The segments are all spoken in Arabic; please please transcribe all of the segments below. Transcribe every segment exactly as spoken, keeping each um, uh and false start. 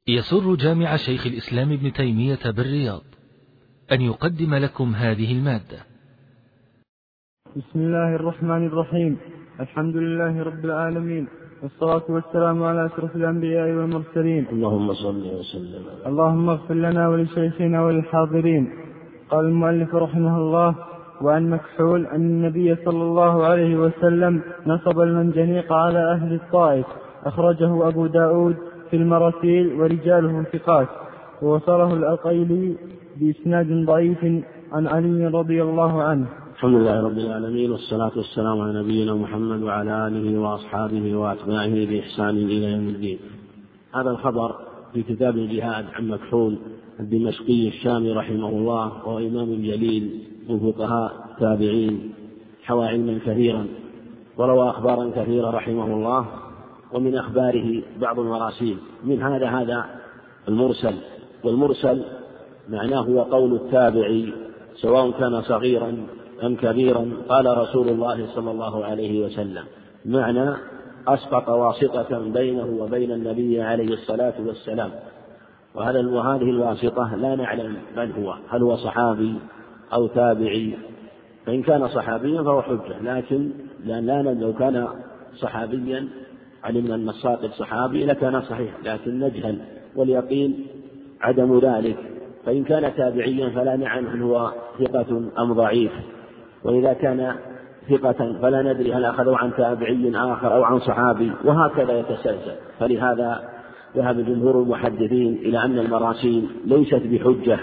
يسر جامع شيخ الإسلام ابن تيمية بالرياض أن يقدم لكم هذه المادة. بسم الله الرحمن الرحيم. الحمد لله رب العالمين، والصلاة والسلام على أشرف الأنبياء والمرسلين. اللهم صل وسلم. اللهم اغفر لنا ولشيخنا وللحاضرين. قال المؤلف رحمه الله: وعن مكحول أن النبي صلى الله عليه وسلم نصب المنجنيق على أهل الطائف. أخرجه أبو داود في المراسيل ورجاله ثقات، ووصله الأقيلي بإسناد ضعيف عن علي رضي الله عنه. الحمد لله رب العالمين، والصلاة والسلام على نبينا محمد وعلى آله وأصحابه وأتباعه بإحسان إلى يوم الدين. هذا الخبر في كتاب الجهاد عن مكحول الدمشقي الشامي رحمه الله، وهو إمام جليل من فقهاء التابعين، حوى علما كثيرا وروى أخبارا كثيرة رحمه الله. ومن أخباره بعض المراسيل، من هذا هذا المرسل، والمرسل معناه هو قول التابعي سواء كان صغيرا أم كبيرا قال رسول الله صلى الله عليه وسلم، معنى أسقط واسطة بينه وبين النبي عليه الصلاة والسلام. وهذه الواسطة لا نعلم من هو، هل هو صحابي أو تابعي؟ فإن كان صحابيا فهو حجة، لكن لأن لا نعلم لو كان صحابيا علمنا أن الساقط صحابي لكان صحيح، لكن نجهل واليقين عدم ذلك. فإن كان تابعيا فلا نعلم هل هو ثقة أم ضعيف، وإذا كان ثقة فلا ندري هل أخذوا عن تابعي آخر أو عن صحابي، وهكذا يتسلسل. فلهذا ذهب جمهور المحدثين إلى أن المراسيل ليست بحجة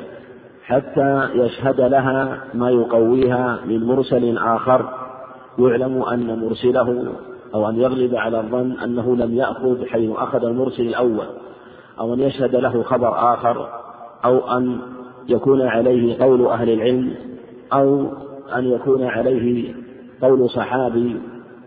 حتى يشهد لها ما يقويها من مرسل آخر يعلم أن مرسله أو أن يغلب على الظن أنه لم يأخذ حيث أخذ المرسل الأول، أو أن يشهد له خبر آخر، أو أن يكون عليه قول أهل العلم، أو أن يكون عليه قول صحابي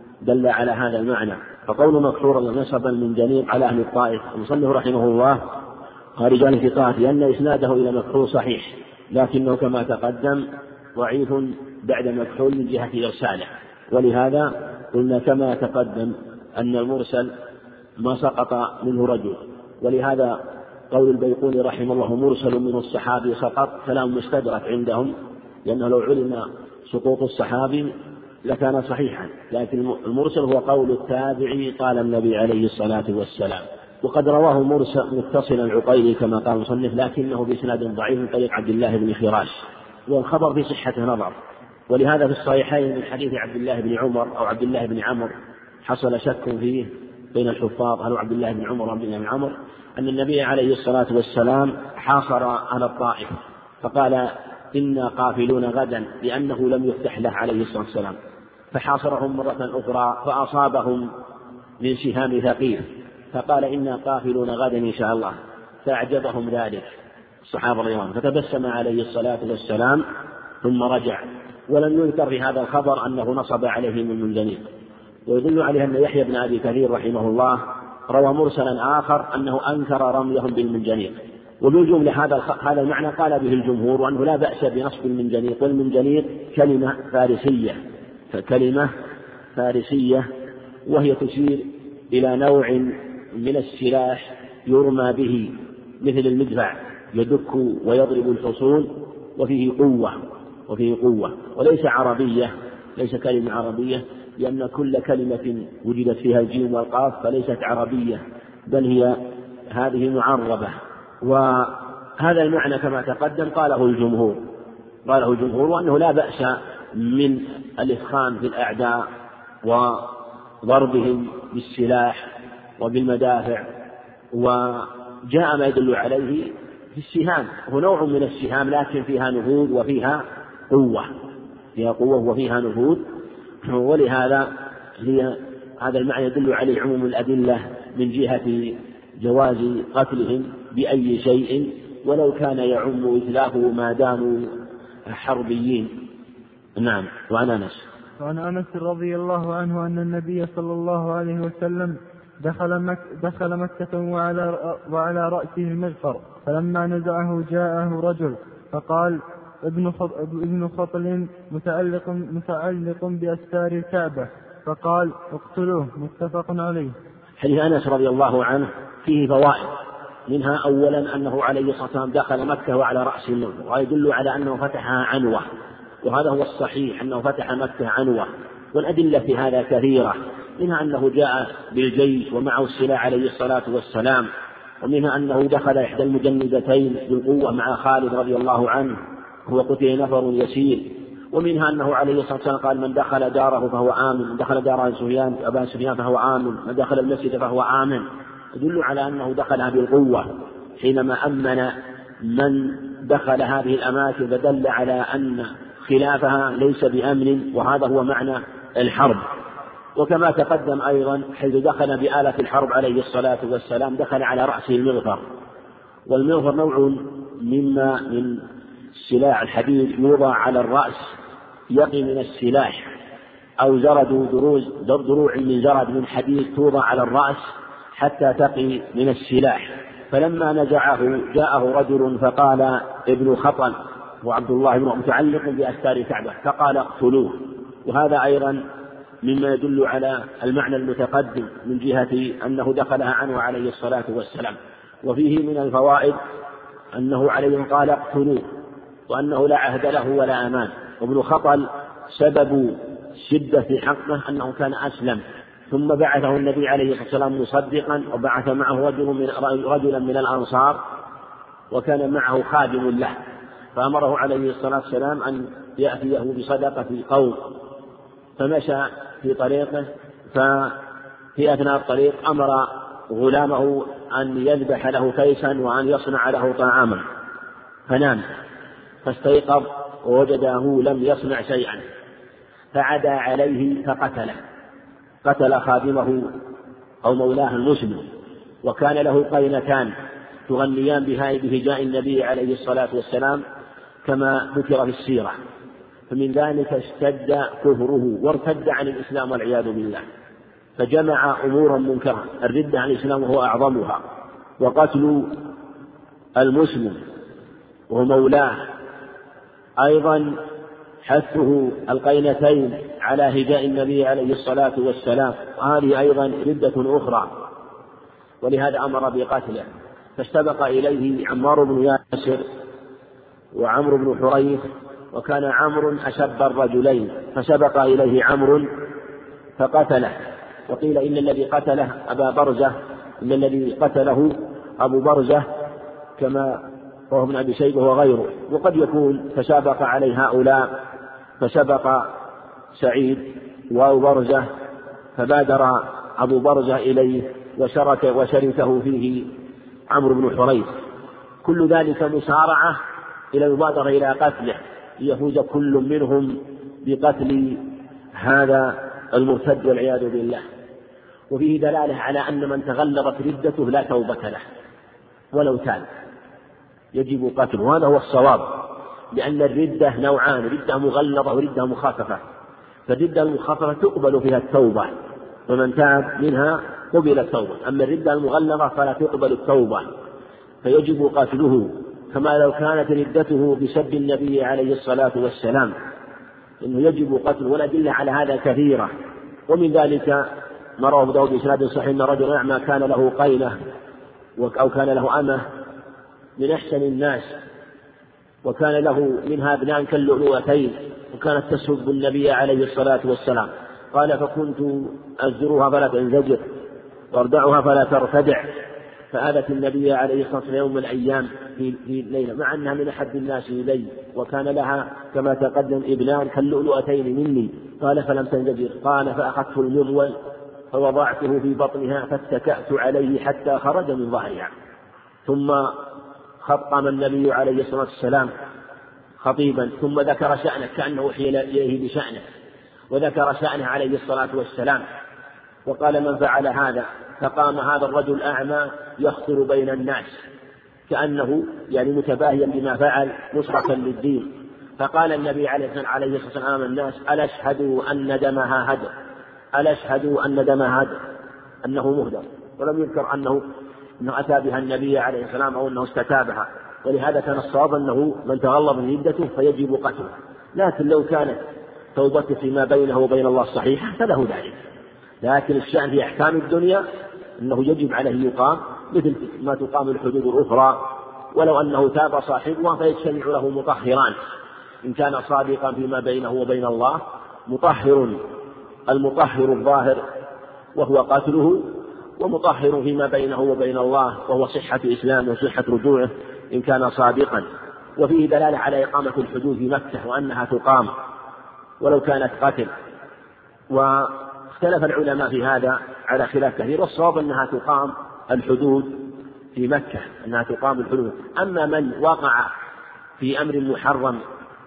دل على هذا المعنى. فقول مكحول نسب المنجنيق على أهل الطائف، المصنف رحمه الله قال رجال ثقات، لأن إسناده إلى مكحول صحيح، لكنه كما تقدم ضعيف بعد مكحول من جهة إرساله. ولهذا قلنا كما تقدم أن المرسل ما سقط منه رجل، ولهذا قول البيقوني رحمه الله مرسل منه الصحابي سقط كلام مستدرك عندهم، لأنه لو علم سقوط الصحابي لكان صحيحا، لكن المرسل هو قول التابعي قال النبي عليه الصلاة والسلام. وقد رواه مرسل متصلا العقيلي كما قال المصنف، لكنه بإسناد ضعيف من طريق عبد الله بن خراش، والخبر في صحة نظر. ولهذا في الصحيحين من حديث عبد الله بن عمر أو عبد الله بن عمرو حصل شك فيه بين الحفاظ هل عبد الله بن عمر أو عبد الله بن عمرو، أن النبي عليه الصلاة والسلام حاصر أهل الطائف فقال إنا قافلون غدا، لأنه لم يفتح له عليه الصلاة والسلام، فحاصرهم مرة أخرى فأصابهم من سهام ثقيل، فقال إنا قافلون غدا إن شاء الله، فأعجبهم ذلك الصحابة رضي الله عنهم، فتبسم عليه الصلاة والسلام ثم رجع. ولم يذكر في هذا الخبر أنه نصب عليهم المنجنيق. ويدل عليه أن يحيى بن أبي كثير رحمه الله روى مرسلا آخر أنه أنكر رميهم بالمنجنيق. وبالجملة هذا هذا المعنى قال به الجمهور، وأنه لا بأس بنصب المنجنيق، والمنجنيق كلمة فارسية، فكلمة فارسية وهي تشير إلى نوع من السلاح يرمى به مثل المدفع يدك ويضرب الحصون، وفيه قوة وفيه قوة وليس عربية، ليس كلمة عربية، لأن كل كلمة وجدت فيها الجيم والقاف فليست عربية، بل هي هذه معربة. وهذا المعنى كما تقدم قاله الجمهور قاله الجمهور وأنه لا بأس من الإثخان في الأعداء وضربهم بالسلاح وبالمدافع. وجاء ما يدل عليه في السهام، هو نوع من السهام لكن فيها نفوذ وفيها قوة فيها قوة وفيها نفوذ. ولهذا هي هذا المعنى يدل عليه عموم الأدلة من جهة جواز قتلهم بأي شيء ولو كان يعم إتلافه ما داموا حربيين. نعم. وعن أنس وعن أنس رضي الله عنه أن النبي صلى الله عليه وسلم دخل, مك دخل مكة وعلى, وعلى رأسه المغفر، فلما نزعه جاءه رجل فقال ابن, ابن خطل متعلق, متعلق بأستار الكعبة، فقال اقتلوه. متفق عليه. حديث أنس رضي الله عنه فيه فوائد. منها أولا أنه عليه الصلاة والسلام دخل مكة وعلى رأس المغفر، ويدل على أنه فتحها عنوة، وهذا هو الصحيح أنه فتح مكة عنوة، والأدلة في هذا كثيرة، منها أنه جاء بالجيش ومعه السلاح عليه الصلاة والسلام، ومنها أنه دخل إحدى المجندتين بالقوة مع خالد رضي الله عنه هو قتل نفر يسير، ومنها أنه عليه الصلاة والسلام قال من دخل داره فهو آمن، من دخل دار سفيان أبا سفيان فهو آمن، من دخل المسجد فهو آمن، يدل على أنه دخلها بالقوة حينما أمن من دخل هذه الأماكن، فدل على أن خلافها ليس بأمن، وهذا هو معنى الحرب. وكما تقدم أيضا حيث دخل بآلة الحرب عليه الصلاة والسلام دخل على رأسه المغفر، والمغفر نوع مما من سلاح الحديد يوضع على الرأس يقي من السلاح، أو زرد دروز دروع من زرد من حديد توضع على الرأس حتى تقي من السلاح. فلما نزعه جاءه رجل فقال ابن خطل وعبد الله بن متعلق بأستار الكعبة فقال اقتلوه، وهذا أيضا مما يدل على المعنى المتقدم من جهة أنه دخلها عنه عليه الصلاة والسلام. وفيه من الفوائد أنه عليه قال اقتلوه، وأنه لا عهد له ولا أمان. وابن خطل سبب شدة في حقه أنه كان أسلم، ثم بعثه النبي عليه الصلاة والسلام مصدقا، وبعث معه رجل من رجلا من الأنصار وكان معه خادم له، فأمره عليه الصلاة والسلام أن يأتيه بصدقة قوم، فمشى في طريقه، ففي أثناء الطريق أمر غلامه أن يذبح له كيسا وأن يصنع له طعاما، فنام فاستيقظ ووجده لم يصنع شيئا، فعدا عليه فقتله، قتل خادمه أو مولاه المسلم، وكان له قينتان تغنيان بهجاء النبي عليه الصلاة والسلام كما ذكر في السيرة، فمن ذلك اشتد كفره وارتد عن الإسلام والعياذ بالله، فجمع أمورا منكرة، الردة عن الإسلام وهو أعظمها، وقتل المسلم وهو مولاه، أيضا حثه القينتين على هجاء النبي عليه الصلاة والسلام، وهذه أيضا ردة أخرى، ولهذا أمر بقتله. فاستبق إليه عمار بن ياسر وعمرو بن حريث، وكان عمرو أشب الرجلين، فسبق إليه عمرو فقتله، وقيل إن الذي قتله أبا برزة إن الذي قتله أبو برزة كما رواه ابن أبي شيبة وغيره، وقد يكون تسابق عليه هؤلاء، فسبق سعيد وأبو برزة فبادر أبو برزة إليه وشرك وشركه فيه عمرو بن حريث، كل ذلك مسارعة إلى المبادرة إلى قتله ليفوز كل منهم بقتل هذا المرتد والعياذ بالله. وفيه دلالة على أن من تغلظت ردته لا توبة له ولو تاب، يجب قتله، وهذا هو الصواب، لأن الردة نوعان، ردة مغلظة وردة مخففة، فالردة المخففة تقبل فيها التوبة، ومن تاب منها قبل التوبة، أما الردة المغلظة فلا تقبل التوبة، فيجب قتله، كما لو كانت ردته بسب النبي عليه الصلاة والسلام إنه يجب قتله، والأدلة على هذا كثيرة. ومن ذلك ما رواه أبو داود بإسناد صحيح أن رجل أعمى كان له قينة أو كان له أمة من أحسن الناس، وكان له منها ابنان كاللؤلؤتين، وكانت تسب النبي عليه الصلاة والسلام، قال فكنت أزجرها فلا تنزجر واردعها فلا ترتدع، فآلت النبي عليه الصلاة والسلام يوم من الأيام في ليلة مع أنها من أحد الناس إلي، وكان لها كما تقدم ابنان كاللؤلؤتين مني، قال فلم تنزجر، قال فأخذت المغول فوضعته في بطنها فاتكأت عليه حتى خرج من ظهرها. ثم خطم النبي عليه الصلاة والسلام خطيبا، ثم ذكر شأنه كأنه أوحي إليه بشأنه، وذكر شأنه عليه الصلاة والسلام، وقال من فعل هذا، فقام هذا الرجل أعمى يخطر بين الناس كأنه يعني متباهيا بما فعل نصرة للدين، فقال النبي عليه الصلاة والسلام أمام الناس ألا اشهدوا أن دمها هدر، ألا اشهدوا أن دمها هدر، أنه مهدر، ولم يذكر أنه أنه أتى بها النبي عليه السلام أو أنه استتابها، ولهذا كان الصواب أنه من تغلظ من ردته فيجب قتله. لكن لو كانت توبته فيما بينه وبين الله صحيحة فله ذلك، لكن الشأن في أحكام الدنيا أنه يجب عليه يقام مثل ما تقام الحدود الأخرى، ولو أنه تاب صاحبها فيجتمع له مطهران، إن كان صادقا فيما بينه وبين الله مطهر، المطهر الظاهر وهو قتله، ومطهر فيما بينه وبين الله وهو صحة إسلامه وصحة رجوعه إن كان صادقا. وفيه دلالة على إقامة الحدود في مكة وأنها تقام ولو كانت قتل. واختلف العلماء في هذا على خلاف كثير، والصواب أنها تقام الحدود في مكة، أنها تقام الحدود. أما من وقع في أمر محرم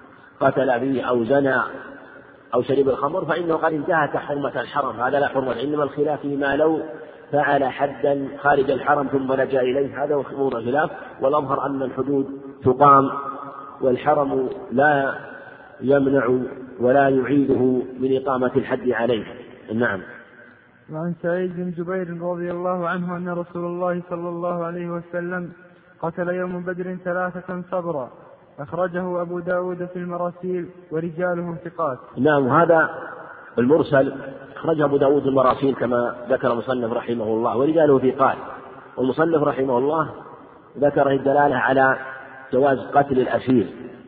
قتل به أو زنى أو شرب الخمر فإنه قد انتهت حرمة الحرم، هذا لا حرمة. إنما الخلاف فيما لو فعل حدا خارج الحرم ثم لجأ إليه، هذا هو الخلاف. والأظهر أن الحدود تقام والحرم لا يمنع ولا يعيده من إقامة الحد عليه. نعم. وعن سعيد بن جبير رضي الله عنه أن رسول الله صلى الله عليه وسلم قتل يوم بدر ثلاثة صبرا، أخرجه أبو داود في المراسيل ورجاله ثقات. نعم، هذا المرسل أخرجه أبو داود المراسيل كما ذكر المصنف رحمه الله، ورجاله ثقات. والمصنف رحمه الله ذكر الدلالة على جواز قتل الأسير،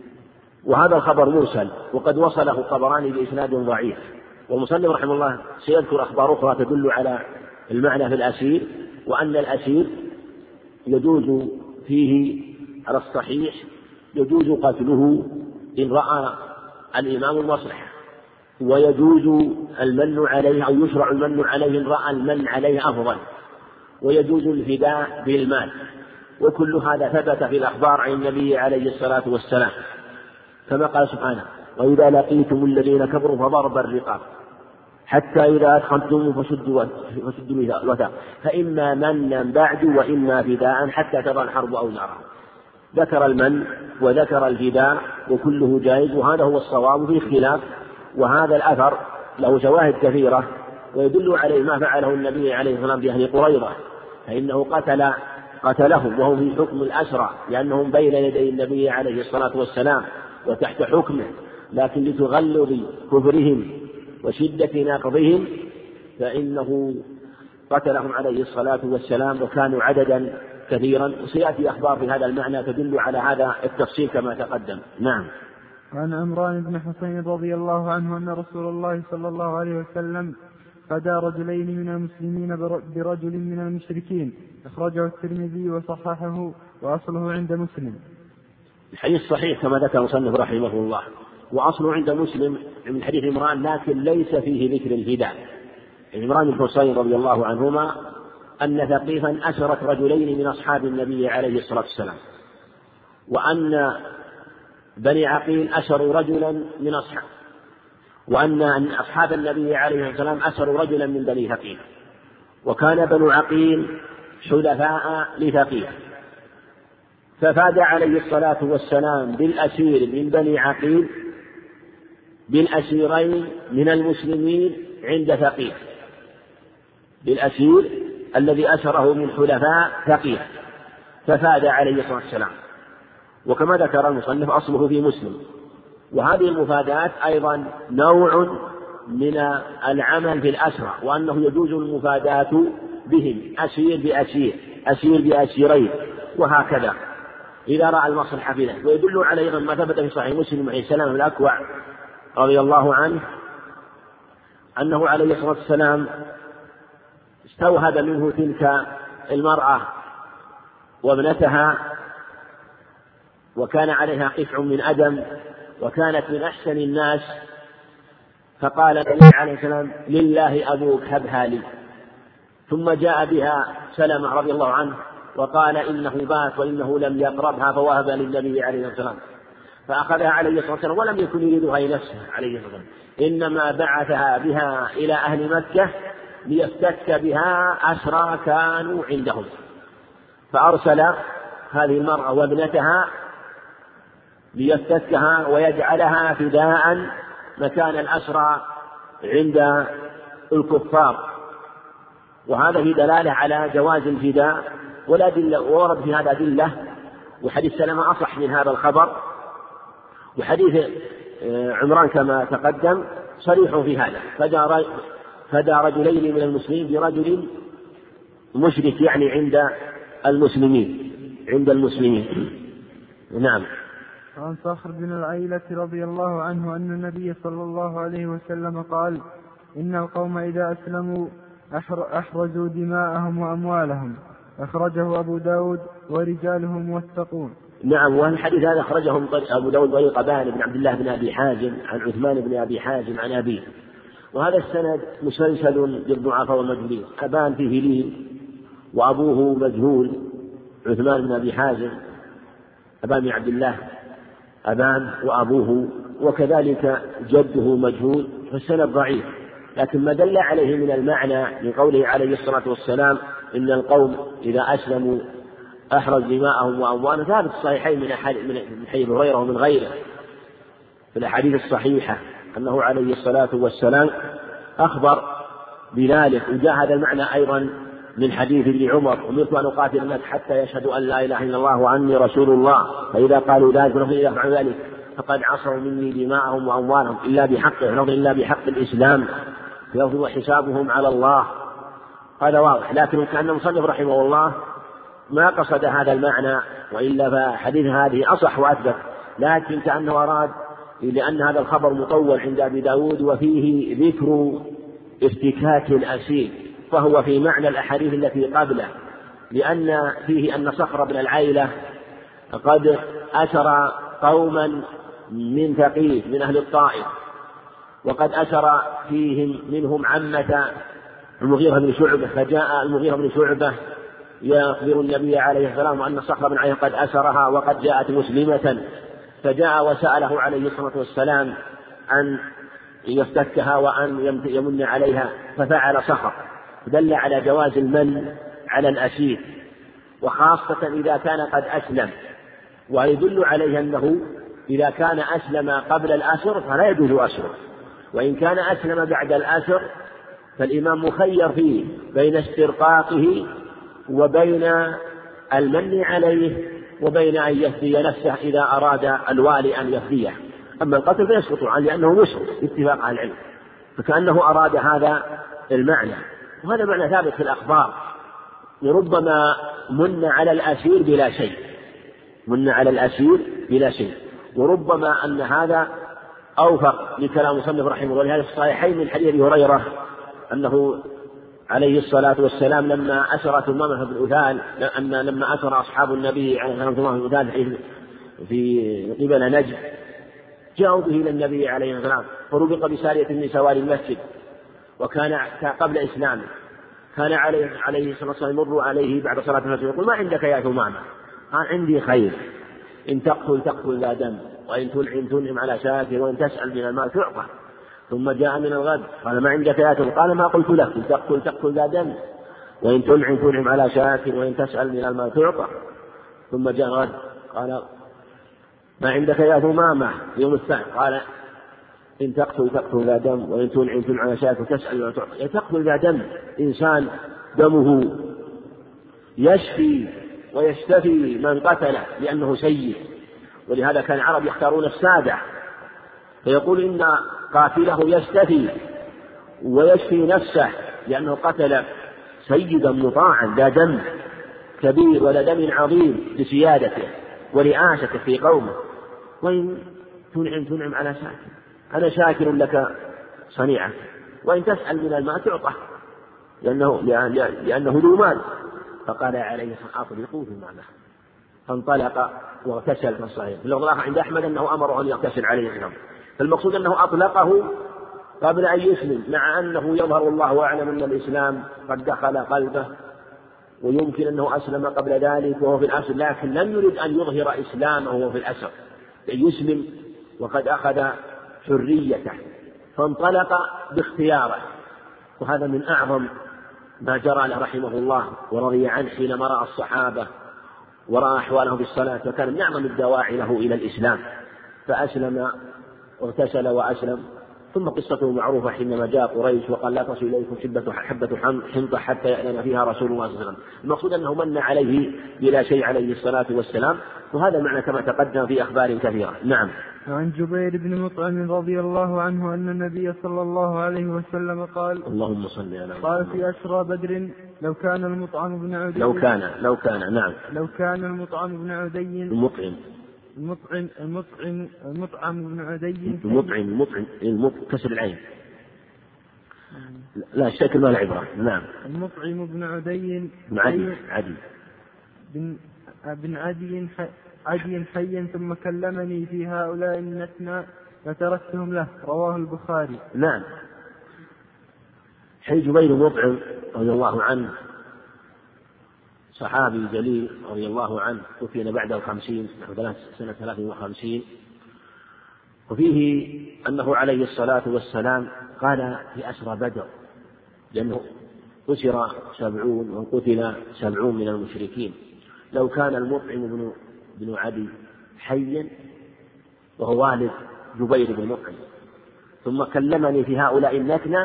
وهذا الخبر مرسل وقد وصله الطبراني بإسناد ضعيف. والمصنف رحمه الله سيذكر أخبار أخرى تدل على المعنى في الأسير، وأن الأسير يجوز فيه على الصحيح يجوز قتله إن رأى الإمام المصلحة، ويجوز المن عليه أو يشرع المن عليه إن رأى المن عليه أفضل، ويجوز الفداء بالمال. وكل هذا ثبت في الأخبار عن النبي عليه الصلاة والسلام، كما قال سبحانه: وإذا لقيتم الذين كفروا فضرب الرقاب حتى إذا أدخلتم فشدوا الوثاق فإما منا بعد وإما فداء حتى ترى الحرب أوزارها. ذكر المن وذكر الفداء وكله جائز، وهذا هو الصواب في خلاف. وهذا الأثر له شواهد كثيرة ويدل عليه ما فعله النبي عليه الصلاة والسلام بأهل قريظة، فإنه قتل قتلهم وهم في حكم الأسرى، لأنهم بين يدي النبي عليه الصلاة والسلام وتحت حكمه، لكن لتغلظ كفرهم وشدة ناقضهم فإنه قتلهم عليه الصلاة والسلام، وكانوا عددا كثيرا. وسيأتي أخبار في هذا المعنى تدل على هذا التفصيل كما تقدم. نعم. وعن عمران بن حسين رضي الله عنه أن رسول الله صلى الله عليه وسلم فدى رجلين من المسلمين برجل من المشركين، أخرجه الترمذي وصححه وأصله عند مسلم. الحديث صحيح كما ذكر المصنف رحمه الله، وأصله عند مسلم من حديث عمران، لكن ليس فيه ذكر الفداء. عمران بن حسين رضي الله عنهما أن ثقيفا أسرت رجلين من أصحاب النبي عليه الصلاة والسلام، وأن بني عقيل أسروا رجلا من أصحاب وأن أصحاب النبي عليه الصلاة والسلام أسروا رجلا من بني ثقيف، وكان بنو عقيل حلفاء لثقيف، ففاد عليه الصلاة والسلام بالأسير من بني عقيل بالأسيرين من المسلمين عند ثقيف، بالأسير الذي أسره من حلفاء ثقيف، ففاد عليه الصلاة والسلام. وكما ذكر المصنف أصله في مسلم. وهذه المفادات أيضا نوع من العمل في الأسرى، وأنه يجوز المفادات بهم، أسير بأسير أسير بأسيرين وهكذا إذا رأى المصلحة في ذلك. ويدل على أيضا ما ثبت في صحيح مسلم عن سلمة بن الأكوع رضي الله عنه أنه عليه الصلاة والسلام استوهب منه تلك المرأة وابنتها، وكان عليها قطع من أدم، وكانت من أحسن الناس، فقال النبي عليه السلام: لله أبوك هبها لي. ثم جاء بها سلمة رضي الله عنه وقال: إنه بات وإنه لم يقربها، فوهب للنبي عليه السلام، فأخذها عليه الصلاة والسلام ولم يكن يريدها لنفسه عليه الصلاة والسلام، إنما بعثها بها إلى أهل مكة ليفتك بها أسرى كانوا عندهم، فأرسل هذه المرأة وابنتها ليفتكها ويجعلها فداء مكان الأسرى عند الكفار. وهذا في دلالة على جواز الفداء، ولا دلة ورد في هذا أدلة. وحديث سلمة أصح من هذا الخبر، وحديث عمران كما تقدم صريح في هذا. فدى رجلين من المسلمين برجل مشرك يعني عند المسلمين عند المسلمين. نعم. عن صخر بن العيلة رضي الله عنه أن النبي صلى الله عليه وسلم قال: إن القوم إذا أسلموا أحرزوا دماءهم وأموالهم. أخرجه أبو داود ورجاله موثقون. نعم. والحديث هذا أخرجه أبو داود طريق أبان بن عبد الله بن أبي حازم عن عثمان بن أبي حازم عن أبيه، وهذا السند مسلسل بالضعفاء والمجهولين. أبان فيه لين وأبوه مجهول، عثمان بن أبي حازم أبان بن عبد الله أبان وأبوه، وكذلك جده مجهول، فالسند ضعيف. لكن ما دل عليه من المعنى من قوله عليه الصلاة والسلام: إن القوم إذا أسلموا أحرز دماءهم وأموالهم، ثابت الصحيحين من حديث هريرة ومن غيره في الأحاديث الصحيحة أنه عليه الصلاة والسلام أخبر بذلك. وجاء هذا المعنى أيضا من حديث ابن عمر: أمرت أن أقاتل الناس حتى يشهدوا أن لا إله إلا الله وأني رسول الله، فإذا قالوا ذلك إذا فعلوا ذلك فقد عصوا مني دماءهم وأموالهم إلا بحقه إلا بحق الإسلام يوفوا حسابهم على الله. هذا واضح. لكن كأن المصنف رحمه الله ما قصد هذا المعنى، وإلا فحديث هذه أصح وأثبت، لكن كأنه أراد، لأن هذا الخبر مطول عند أبي داود وفيه ذكر افتكاك الأسير، فهو في معنى الأحاديث التي قبله، لأن فيه أن صخر بن العيلة قد أسر قوما من ثقيف من أهل الطائف، وقد أسر فيهم منهم عمة المغيرة بن شعبة، فجاء المغيرة بن شعبة يخبر النبي عليه السلام أن صخر بن العيلة قد أسرها وقد جاءت مسلمة، فجاء وسأله عليه الصلاة والسلام أن يفتكها وأن يمن عليها، ففعل صخر، دل على جواز المن على الأسير، وخاصة إذا كان قد أسلم. ويدل عليه أنه إذا كان أسلم قبل الأسر فلا يجوز أسره، وإن كان أسلم بعد الأسر فالإمام مخير فيه بين استرقاقه وبين المن عليه وبين أن يفدي نفسه إذا أراد الوالي أن يفديه. أما القتل فيسقط عنه لأنه مسلم اتفاق على العلم، فكأنه أراد هذا المعنى، وهذا معنى ثابت في الأخبار. وربما من على الأسير بلا شيء، من على الأسير بلا شيء، وربما أن هذا أوفق لكلام المصنف رحمه الله. هذا في الصحيحين من حديث أبي هريرة أنه عليه الصلاة والسلام لما أسر ثمامة بن أثال، أن لما أسر أصحاب النبي عليه الصلاة والسلام ثمامة بن أثال في قبل نجد، جاءوا به إلى النبي عليه الصلاة والسلام فربق بسارية من سواري المسجد، وكان قبل إسلامه، كان عليه عليه الصلاة والسلام يمر عليه بعد صلاة الفجر يقول: ما عندك يا ثمامة؟ قال: عندي خير، إن تقتل تقتل ذا دم، وإن تنعم تنعم على شاكر، وإن تسأل من المال تعطى. ثم جاء من الغد قال: ما عندك يا ثمامة؟ قال: ما قلت لك، إن تقتل تقتل ذا دم، وإن تنعم تنعم على شاكر، وإن تسأل من المال تعطى. ثم جاء الغد قال: ما عندك يا ثمامة؟ يوم الثاني قال: إن تقتل تقتل ذا دم، وإن تنعم تنعم على شاكر، وتسأل ولا تعطى. تقتل ذا دم، إنسان دمه يشفي ويشتفي من قتله لأنه سيد، ولهذا كان العرب يختارون السادة، فيقول إن قاتله يشتفي ويشفي نفسه لأنه قتل سيدا مطاعا ذا دم كبير ولا دم عظيم لسيادته ورئاسته في قومه. وإن تنعم تنعم على شاكر، أنا شاكر لك صنيعك، وإن تسأل من الماء تعطى لأنه, لأنه ذو مال. فقال عليه الصلاة والسلام: أطلقوه معنا. فانطلق واغتسل في الصحيح. في اللفظ عند أحمد أنه أمره أن يغتسل عليه السلام، فالمقصود أنه أطلقه قبل أن يسلم، مع أنه يظهر الله أعلم أن الإسلام قد دخل قلبه، ويمكن أنه أسلم قبل ذلك وهو في الأسر، لكن لم يرد أن يظهر إسلامه وهو في الأسر، يسلم وقد أخذ حريته، فانطلق باختياره. وهذا من أعظم ما جرى له رحمه الله ورضي عنه حينما رأى الصحابة ورأى أحوالهم في الصلاة، وكان من أعظم الدواعي له إلى الإسلام، فأسلم واغتسل وأسلم. ثم قصته معروفة حينما جاء قريش وقال: لا تصل إليكم حبة حبة حنطة حتى يأذن فيها رسول الله صلى الله عليه وسلم. المقصود أنه من عليه بلا شيء عليه الصلاة والسلام، وهذا معنى كما تقدم في أخبار كثيرة. نعم. عن جبير بن مطعم رضي الله عنه أن النبي صلى الله عليه وسلم قال: اللهم صل على قال في أسرى بدر: لو كان المطعم بن عدي لو كان لو كان نعم لو كان المطعم بن عدي المطعم المطعم المطعم المطعم بن عدي المطعم المطعم المطعم كسر العين لا الشكل ما العبرة. نعم المطعم بن عدي بن عدي عدي بن بن عدي عدي حيا ثم كلمني في هؤلاء النتنى فتركتهم له. رواه البخاري. نعم. حي جبير مطعم رضي الله عنه صحابي جليل رضي الله عنه، توفي بعد الخمسين سنة ثلاث وخمسين، وفيه أنه عليه الصلاة والسلام قال في أسرى بدر، لأنه أسر سبعون وقتل سبعون من المشركين، لو كان المطعم بن, بن عدي حيا وهو والد جبير بن مطعم ثم كلمني في هؤلاء النتنى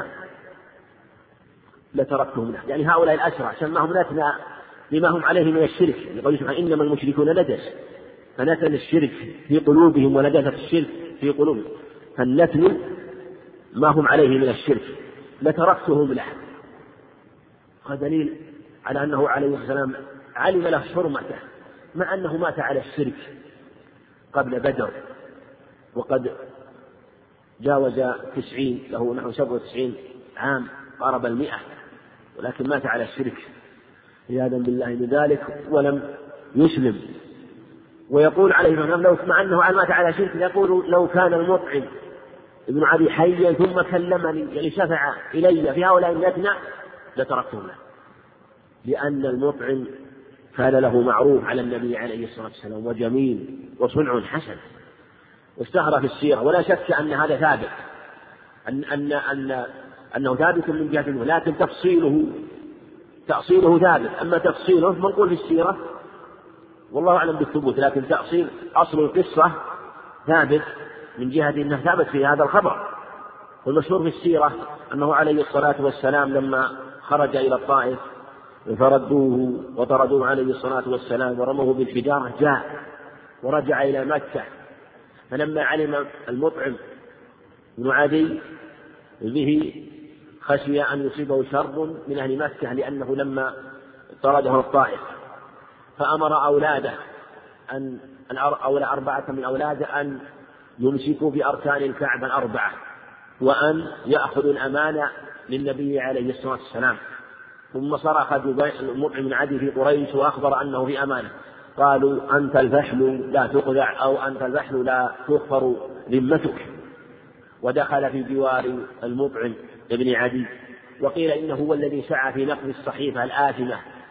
لتركتهم له، يعني هؤلاء الأسرى سماهم نتنى لما هم عليه من الشرك، يقول سبحانه إنما المشركون نجس، فنتن الشرك في قلوبهم ونجاسة الشرك في قلوبهم، فالنتن ما هم عليه من الشرك لتركتهم له. هذا دليل على أنه عليه السلام علم له حرمته مع أنه مات على الشرك قبل بدر، وقد جاوز تسعين، له نحو سبع وتسعين عام قارب المئة، ولكن مات على الشرك عياذا بالله من ذلك ولم يسلم. ويقول عليه السلام لو مع أنه مات على شرك يقول لو كان المطعم ابن عدي حيا ثم كلمني يعني شفع إلي في هؤلاء النتنى لتركتهم له، لأن المطعم كان له معروف على النبي عليه الصلاة والسلام وجميل وصنع حسن واشتهر في السيرة، ولا شك أن هذا ثابت أن أن أن أنه ثابت من جهة، لكن تفصيله تأصيله ثابت، أما تفصيله منقول في السيرة والله أعلم بالثبوت، لكن تأصيل أصل القصة ثابت من جهة أنه ثابت في هذا الخبر. والمشهور في السيرة أنه عليه الصلاة والسلام لما خرج إلى الطائف فردوه وطردوه عليه الصلاة والسلام ورموه بالحجارة جاء ورجع إلى مكة، فلما علم المطعم بن عدي به خشي أن يصيبه شر من أهل مكة، لأنه لما طرده الطائف فأمر أولاده أن أولى أربعة من أولاده أن يمسكوا بأركان الكعبة الأربعة وأن يأخذوا الأمانة للنبي عليه الصلاة والسلام. ثم صرخ المطعم بن عدي في قريش وأخبر أنه في أمانة، قالوا أنت الفحل لا تخدع أو أنت الفحل لا تغفر ذمتك، ودخل في جوار المطعم ابن عدي. وقيل إنه هو الذي سعى في نقل الصحيفة الآثمة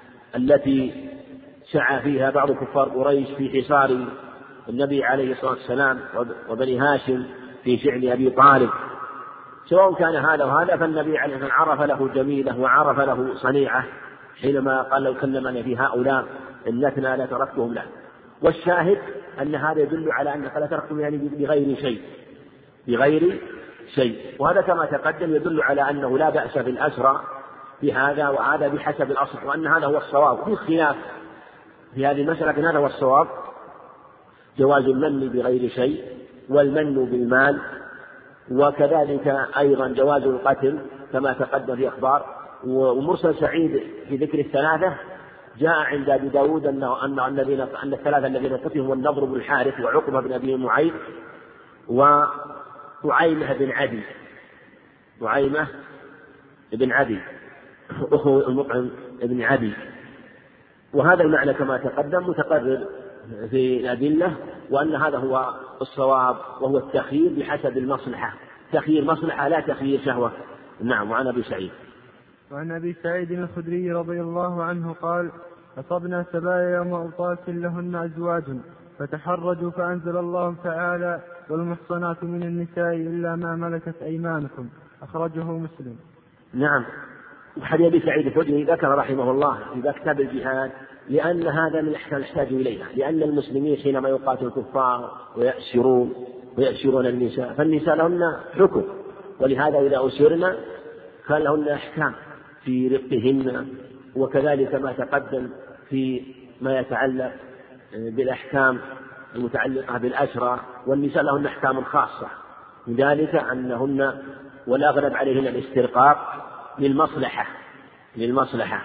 التي سعى فيها بعض كفار قريش في حصار النبي عليه الصلاة والسلام وبني هاشم في شعب أبي طالب. سواء كان هذا وهذا فالنبي عليه الصلاة والسلام عرف له جميله وعرف له صنيعه حينما قال لو كلمني في هؤلاء النتنى لتركتهم له. والشاهد أن هذا يدل على أنك لا تركتهم يعني بغير شيء بغير شيء وهذا كما تقدم يدل على أنه لا بأس بالأسرى في هذا، وهذا بحسب الأصل، وأن هذا هو الصواب. في خلاف في هذه المسألة، لكن هذا هو الصواب، جواز المن بغير شيء والمن بالمال، وكذلك أيضا جواز القتل كما تقدم في أخبار. ومرسل سعيد في ذكر الثلاثة جاء عند أبي داود أنه أن الذين أن الثلاثة الذين قتلوا النضر بن الحارث وعقبة بن أبي معيط وطعيمة بن عدي طعيمة بن عدي أخو المطعم بن عدي. وهذا المعنى كما تقدم متقرر في الأدلة، وأن هذا هو الصواب وهو التخيير بحسب المصلحة، تخيير مصلحة لا تخيير شهوة. نعم. وعن أبي سعيد وعن أبي سعيد الخدري رضي الله عنه قال أصبنا سبايا يوم أوطاس لهن أزواج فتحرجوا فأنزل الله تعالى والمحصنات من النساء إلا ما ملكت أيمانكم، أخرجه مسلم. نعم. وحديث أبي سعيد الخدري ذكر رحمه الله في كتاب الجهاد، لأن هذا من الأحكام يحتاج إليها، لأن المسلمين حينما يقاتل الكفار ويأسرون ويأسرون النساء فالنساء لهن حكم، ولهذا إذا أسرن كان لهن أحكام في رقهن، وكذلك ما تقدم في ما يتعلق بالأحكام المتعلقة بالأسرى، والنساء لهن أحكام خاصة من ذلك أنهن والأغلب عليهن الاسترقاق للمصلحة للمصلحة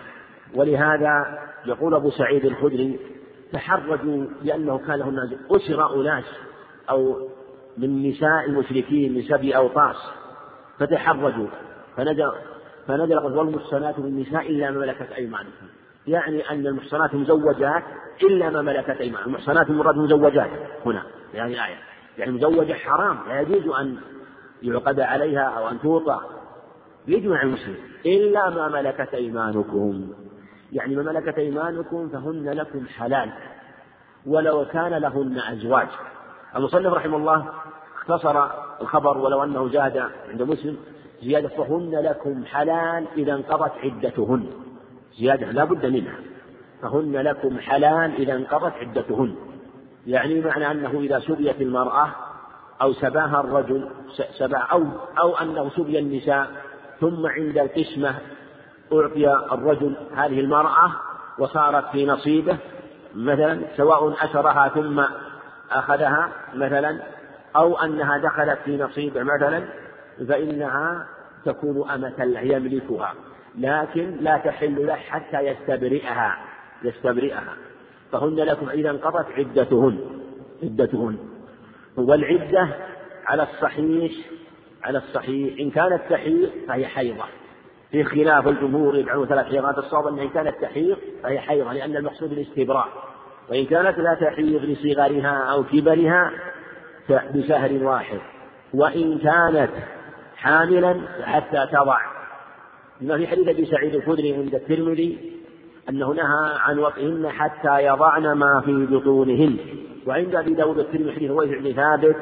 ولهذا يقول أبو سعيد الخدري تحرجوا لأنه كان لهم ناس أسر أناس أو من نساء المشركين من سبي أوطاس فتحرجوا فنزل فنزل والمحصنات من النساء إلا ما ملكت أيمانكم، يعني أن المحصنات مزوجات إلا ما ملكت أيمانكم. المحصنات المراد مزوجات هنا يعني الآية، يعني مزوجة حرام لا يجوز أن يعقد عليها أو أن توطى يجمع المسلم إلا ما ملكت أيمانكم، يعني ما ملكت أيمانكم فهن لكم حلال ولو كان لهن أزواج. المصنف رحمه الله اختصر الخبر ولو أنه زاد عند مسلم زيادة فهن لكم حلال إذا انقضت عدتهن، زيادة لا بد منها، فهن لكم حلال إذا انقضت عدتهن، يعني معنى أنه إذا سبيت المرأة أو سباها الرجل سبا أو, أو أنه سبي النساء ثم عند القسمة أعطي الرجل هذه المرأة وصارت في نصيبه مثلا سواء أسرها ثم أخذها مثلا أو أنها دخلت في نصيبه مثلا فإنها تكون أمة يملكها، لكن لا تحل له حتى يستبرئها يستبرئها فهن لكم إذا انقضت عدتهن عدتهن والعدة على الصحيح على الصحيح إن كانت تحيض فهي حيضة، في خلاف الجمهور يجعلون ثلاث حيضات، الصواب أن إن كانت تحيض فهي حيضة لأن المقصود الاستبراء، وإن كانت لا تحيض لصغرها أو كبرها بشهر واحد، وإن كانت حاملا حتى تضع. لما في حديث أبي سعيد الخدري عند الترمذي أنه نهى عن وطئهن حتى يضعن ما في بطونهن، وعند أبي داود الترمذي حديث رويح بن ثابت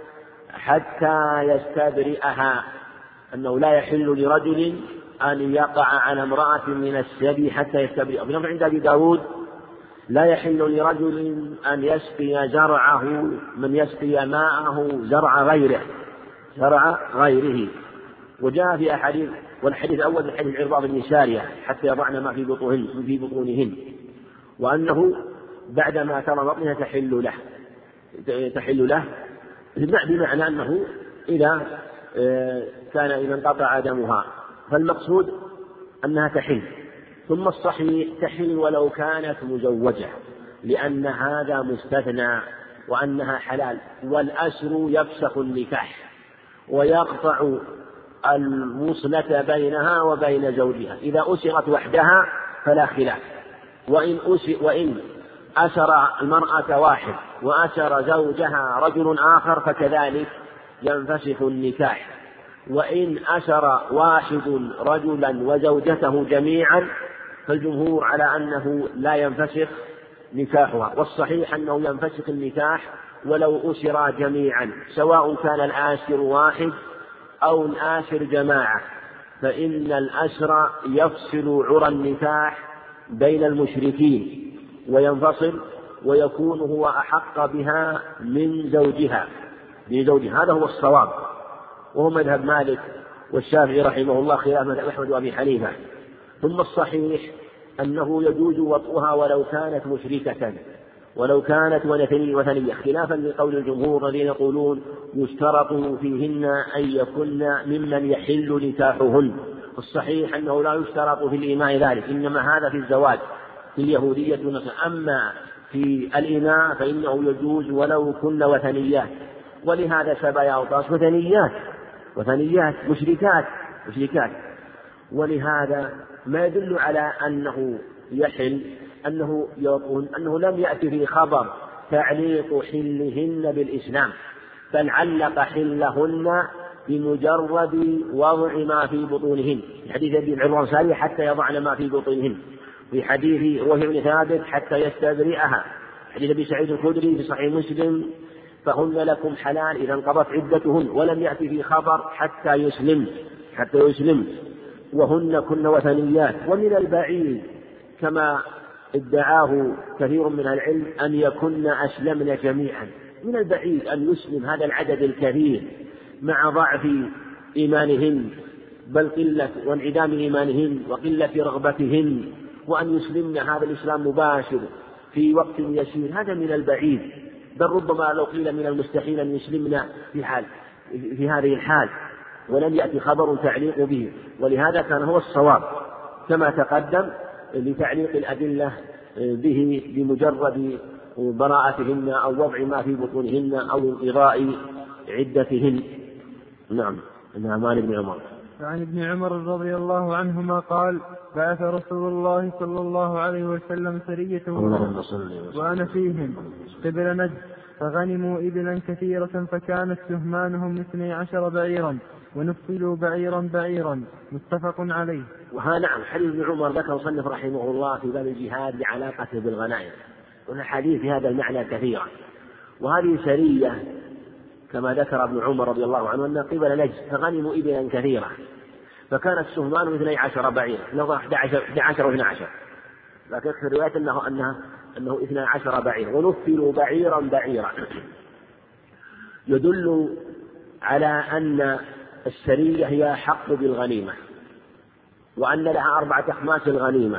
حتى يستبرئها، أنه لا يحل لرجل أن يقع على امرأة من السبي حتى يستبرئها. بنظر عند أبي داود لا يحل لرجل أن يسقي زرعه من يسقي ماءه زرع غيره زرع غيره وجاء في أحاديث، والحديث الأول من حديث عرباض بن سارية حتى يضعن ما في بطونهن في بطونهن وأنه بعدما ترى بطنها تحل له تحل له بمعنى أنه إذا كان إذا انقطع دمها، فالمقصود أنها تحل. ثم الصحيح تحل ولو كانت مزوجة لأن هذا مستثنى وأنها حلال، والأسر يفسخ النكاح ويقطع الوصلة بينها وبين زوجها، إذا أسرت وحدها فلا خلاف، وإن أسر وإن أسر المرأة واحد وأسر زوجها رجل آخر فكذلك ينفسخ النكاح، وإن أسر واحد رجلا وزوجته جميعا فالجمهور على أنه لا ينفسخ نكاحها، والصحيح أنه ينفسخ النكاح ولو أسر جميعا سواء كان الآسر واحد أو الآسر جماعة، فإن الأسر يفصل عرى النكاح بين المشركين وينفصل ويكون هو أحق بها من زوجها بزوجها. هذا هو الصواب، وهو مذهب مالك والشافعي رحمه الله خلاف مذهب أحمد وأبي حنيفة. ثم الصحيح أنه يجوز وطئها ولو كانت مشركة ولو كانت وثنية، خلافا لقول الجمهور الذين يقولون يشترط فيهن أن يكن ممن يحل نكاحهن. الصحيح أنه لا يشترط في الإيماء ذلك، إنما هذا في الزواج في اليهودية والنصارى، أما في الإيماء فإنه يجوز ولو كن وثنيات، ولهذا سبايا أوطاس وثنيات وثنيات مشركات مشركات ولهذا ما يدل على أنه يحل أنه يقول أنه لم يأتي في خبر تعليق حلهن بالإسلام، بل علق حلهن بمجرد وضع ما في بطونهن، في حديث أبي العنصاري حتى يضعن ما في بطونهن، في حديث روح بن ثابت حتى يستبرئها، حديث أبي سعيد الخدري في صحيح مسلم فهن لكم حلال إذا انقضت عدتهن، ولم يأتي في خبر حتى يسلم حتى يسلم وهن كن وثنيات. ومن البعيد كما ادعاه كثير من العلم أن يكن أسلمن جميعا، من البعيد أن يسلم هذا العدد الكثير مع ضعف إيمانهن بل قلة وانعدام إيمانهن وقلة رغبتهن، وأن يسلمن هذا الإسلام مباشر في وقت يسير، هذا من البعيد، بل ربما لو قيل من المستحيل أن يسلمن في حال في هذه الحال، ولم يأتي خبر تعليق به، ولهذا كان هو الصواب كما تقدم لتعليق الأدلة به بمجرد براءتهن أو وضع ما في بطونهن أو انقضاء عدتهن. نعم. نعم. عن ابن عمر عن ابن عمر رضي الله عنهما قال: بعث رسول الله صلى الله عليه وسلم سرية وأنا فيهم قبل نجد، فغنموا إبلا كثيرة، فكانت سهمانهم اثني عشر بعيرا، ونفلوا بعيرا بعيرا، متفق عليه. وها نعم. حديث ابن عمر ذكر مصنف رحمه الله في باب الجهاد لعلاقته بالغنائم، والحديث في هذا المعنى كثيرا. وهذه سرية كما ذكر ابن عمر رضي الله عنه أن قبل نجد فغنموا إبلا كثيرة، فكانت سهمان اثني عشر بعيرا، لو أحد عشر واثنى عشر، لكن في الرواية أنه أنه أنه اثني عشر بعيرا، ونفلوا بعيرا بعيرا، يدل على أن السرية هي حق بالغنيمة، وأن لها أربعة أخماس الغنيمة،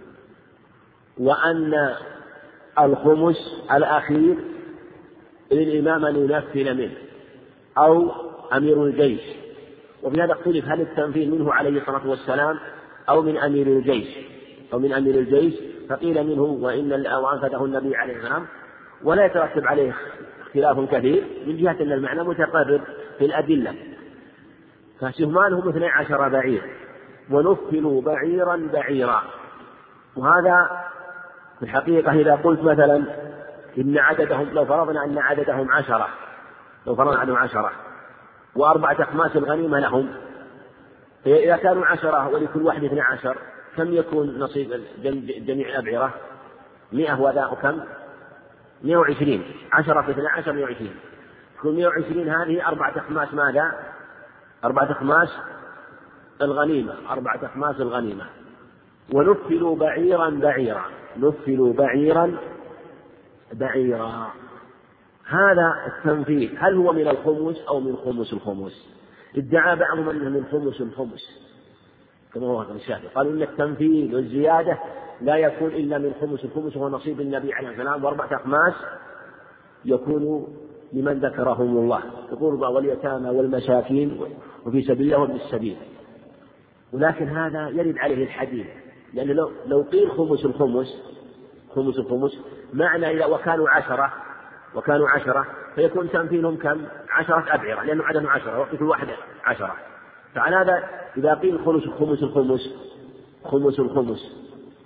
وأن الخمس الأخير للإمام أن ينفل منه أو أمير الجيش. وفي هذا اختلف هل التنفيذ منه عليه الصلاة والسلام أو من أمير الجيش أو من أمير الجيش، فقيل منه وإن وأنفذه النبي عليه السلام، ولا يترتب عليه اختلاف كثير من جهة أن المعنى متقرب في الأدلة. فسهمانهم اثني عشر بعير، ونفلوا بعيرا بعيرا. وهذا في الحقيقة إذا قلت مثلا إن عددهم، لو فرضنا أن عددهم عشرة لو فرضنا عنهم عشرة وأربعة أخماس الغنيمة لهم، إذا كانوا عشرة ولكل واحد اثني عشر، كم يكون نصيب جميع الأبعرة؟ مئة، وذا كم؟ مئة وعشرين. عشرة في اثني عشر مئة وعشرين، كل مئة وعشرين هذه أربعة أخماس ماذا؟ أربعة أخماس الغنيمة، أربعة أخماس الغنيمة. ونفلوا بعيرا بعيرا، نفلوا بعيرا بعيرا. هذا التنفيذ هل هو من الخمس أو من خمس الخمس؟ ادعى بعضهم أنه من خمس الخمس كما هو الشافعي، قالوا إن التنفيذ والزيادة لا يكون إلا من خمس الخمس، وهو نصيب النبي عليه السلام، وأربعة أخماس يكون لمن ذكرهم الله، القربى واليتامى والمساكين وفي سبيل الله وابن السبيل. ولكن هذا يرد عليه الحديث، لأن لو, لو قيل خمس الخمس خمس الخمس معنى إذا وكانوا عشرة وكانوا عشرة فيكون تنفيذهم كم؟ عشرة أبعرة، لأنه عدد عشرة وكل واحد عشرة. فعلى هذا إذا قيل خمس خمس الخمس خمس الخمس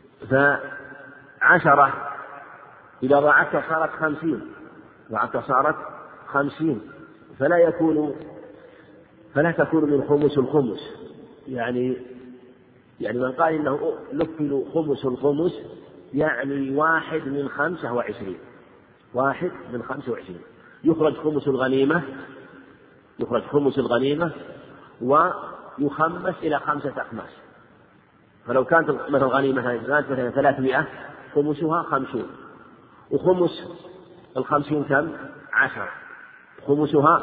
فعشرة إذا ضاعتها صارت خمسين، ضاعتها صارت خمسين، فلا يكون فلا تكون من خمس الخمس. يعني يعني من قال إنه نفل خمس الخمس يعني واحد من خمسة وعشرين، واحد من خمسة وعشرين. يخرج خمس الغنيمة يخرج خمس الغنيمة ويخمس إلى خمسة أخماس. فلو كانت مثلا الغنيمة كانت مثلا ثلاثمائة، خمسها خمسون، وخمس الخمسين كم؟ عشرة. خمسها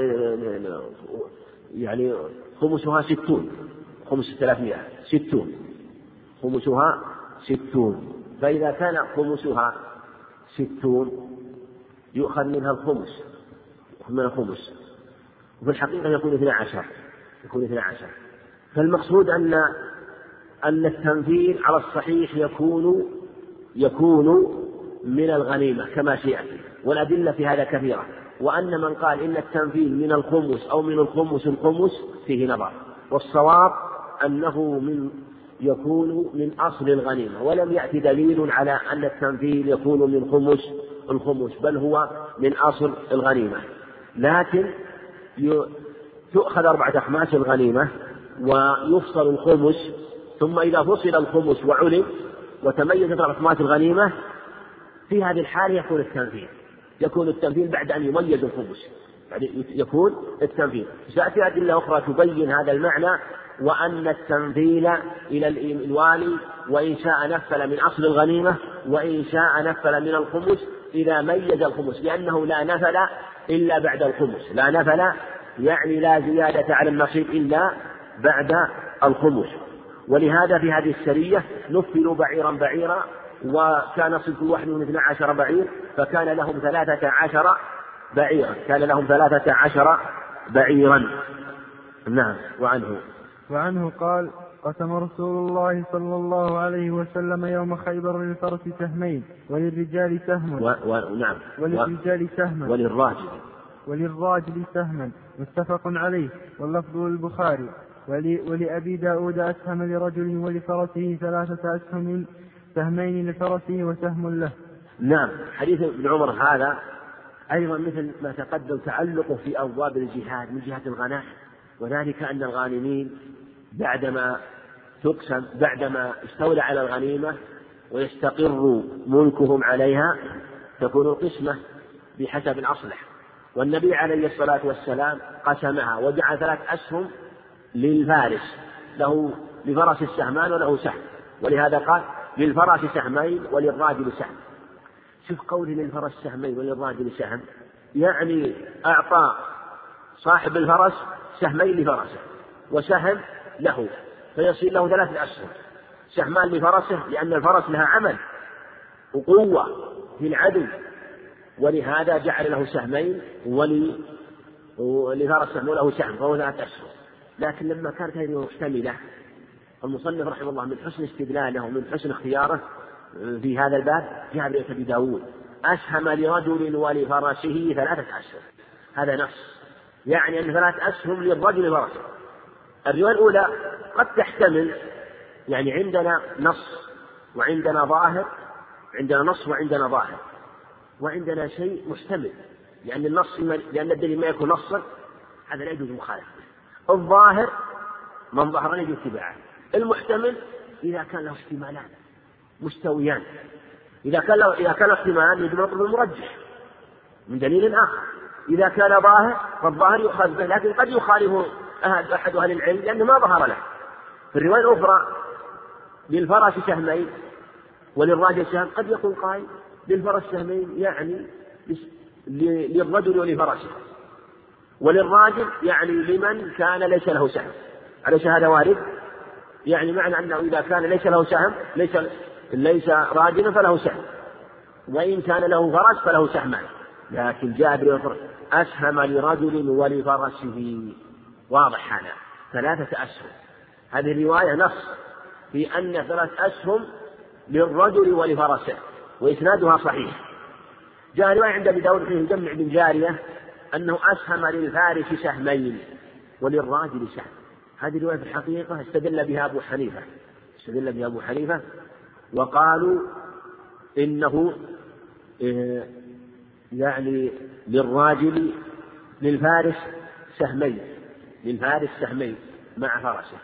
يعني خمسها ستون، خمس ثلاثمائة ستون، خمسها ستون. فإذا كان خمسها ستون يؤخذ منها الخمس، من الخمس، وفي الحقيقة يكون اثنى عشر يكون اثنى عشر. فالمقصود أن أن التنفيذ على الصحيح يكون يكون من الغنيمة كما سيأتي، والأدلة في هذا كثيرة. وأن من قال إن التنفيذ من الخمس أو من الخمس الخمس فيه نظر، والصواب أنه من يكون من أصل الغنيمة، ولم يأتي دليل على أن التنفيذ يكون من خمس الخمس، بل هو من أصل الغنيمة. لكن تؤخذ أربعة أخماس الغنيمة ويفصل الخمس، ثم إذا فصل الخمس وعلم وتميزت أربعة أخماس الغنيمة، في هذه الحالة يكون التنفيذ يكون التنفيذ بعد أن يميز الخمس، يعني يكون التنفيذ. سأتي أدلة أخرى تبين هذا المعنى، وأن التنفيذ إلى الوالي وإن شاء نفل من أصل الغنيمة وإن شاء نفل من الخمس إذا ميز الخمس، لأنه لا نفل إلا بعد الخمس، لا نفل يعني لا زيادة على النصيب إلا بعد الخمس. ولهذا في هذه السرية نفلوا بعيرا بعيرا، وكان نصيب كل واحد من اثنى عشر بعير، فكان لهم ثلاثة عشر بعيرا كان لهم ثلاثة عشر بعيرا. نعم. وعنه وعنه قال: قسم رسول الله صلى الله عليه وسلم يوم خيبر للفرس سهمين وللرجال سهم و... و... نعم وللرجال سهما وللراجل وللراجل سهما متفق عليه واللفظ للبخاري. ولي... ولأبي داود أسهم لرجل ولفرسه ثلاثة أسهم سهمين لفرسه وسهم له. نعم. حديث ابن عمر هذا أيضا مثل ما تقدم تعلقه في أبواب الجهاد من جهة الغنائم، وذلك أن الغانمين بعدما تقسم بعدما استولى على الغنيمة ويستقر ملكهم عليها تكون القسمة بحسب الأصلح، والنبي عليه الصلاة والسلام قسمها وجعل ثلاث أسهم للفارس له لفرس السهمان وله سهم، ولهذا قال للفرس سهمين وللراجل سهم. شوف قوله للفرس سهمين وللراجل سهم، يعني أعطى صاحب الفرس سهمين لفرسه وسهم له، فيصير له ثلاثة أسهم، سهمان لفرسه لأن الفرس لها عمل وقوة في العدو، ولهذا جعل له سهمين ولفرس سهم له سهم فهو ثلاثة أسهم. لكن لما كانت هذه محتملة المصنف رحمه الله من حسن استدلاله ومن حسن اختياره في هذا الباب جاء برواية أبي داود أسهم لرجل ولفرسه ثلاثة أسهم، هذا نص يعني أن ثلاث أسهم للرجل ورثه. الرواية الأولى قد تحتمل، يعني عندنا نص وعندنا ظاهر، عندنا نص وعندنا ظاهر وعندنا شيء محتمل، لأن النص لأن الدليل ما يكون نصا هذا لا يجوز مخالفة. الظاهر من ظهر يجوز اتباعه، المحتمل إذا كان له احتمالان مستويان، إذا كان له إذا كان له احتمالان يجب نطلب المرجح من دليل آخر. إذا كان ظاهر فالظاهر يؤخذ به، لكن قد يخالف أحد أهل العلم لأنه ما ظهر له. في الرواية الأخرى للفرس سهمين وللراجل سهم، قد يقول قائل للفرس سهمين يعني للرجل ولفرسه، وللراجل يعني لمن كان ليس له سهم. أليس هذا وارد؟ يعني معنى أنه إذا كان ليس له سهم ليس ليس راجلا فله سهم، وإن كان له فرس فله سهمان. لكن جابر أسهم لرجل ولفرسه، واضح هذا ثلاثة أسهم. هذه الرواية نص في أن ثلاث أسهم للرجل ولفرسه وإسنادها صحيح. جاء رواية عند أبي داود فيه جمع بن جارية أنه أسهم للفارس سهمين وللراجل سهم. هذه الرواية في الحقيقة استدل بها أبو حنيفة استدل بها أبو حنيفة وقالوا إنه يعني للراجل للفارس سهمين للفارس سهمين مع فرسه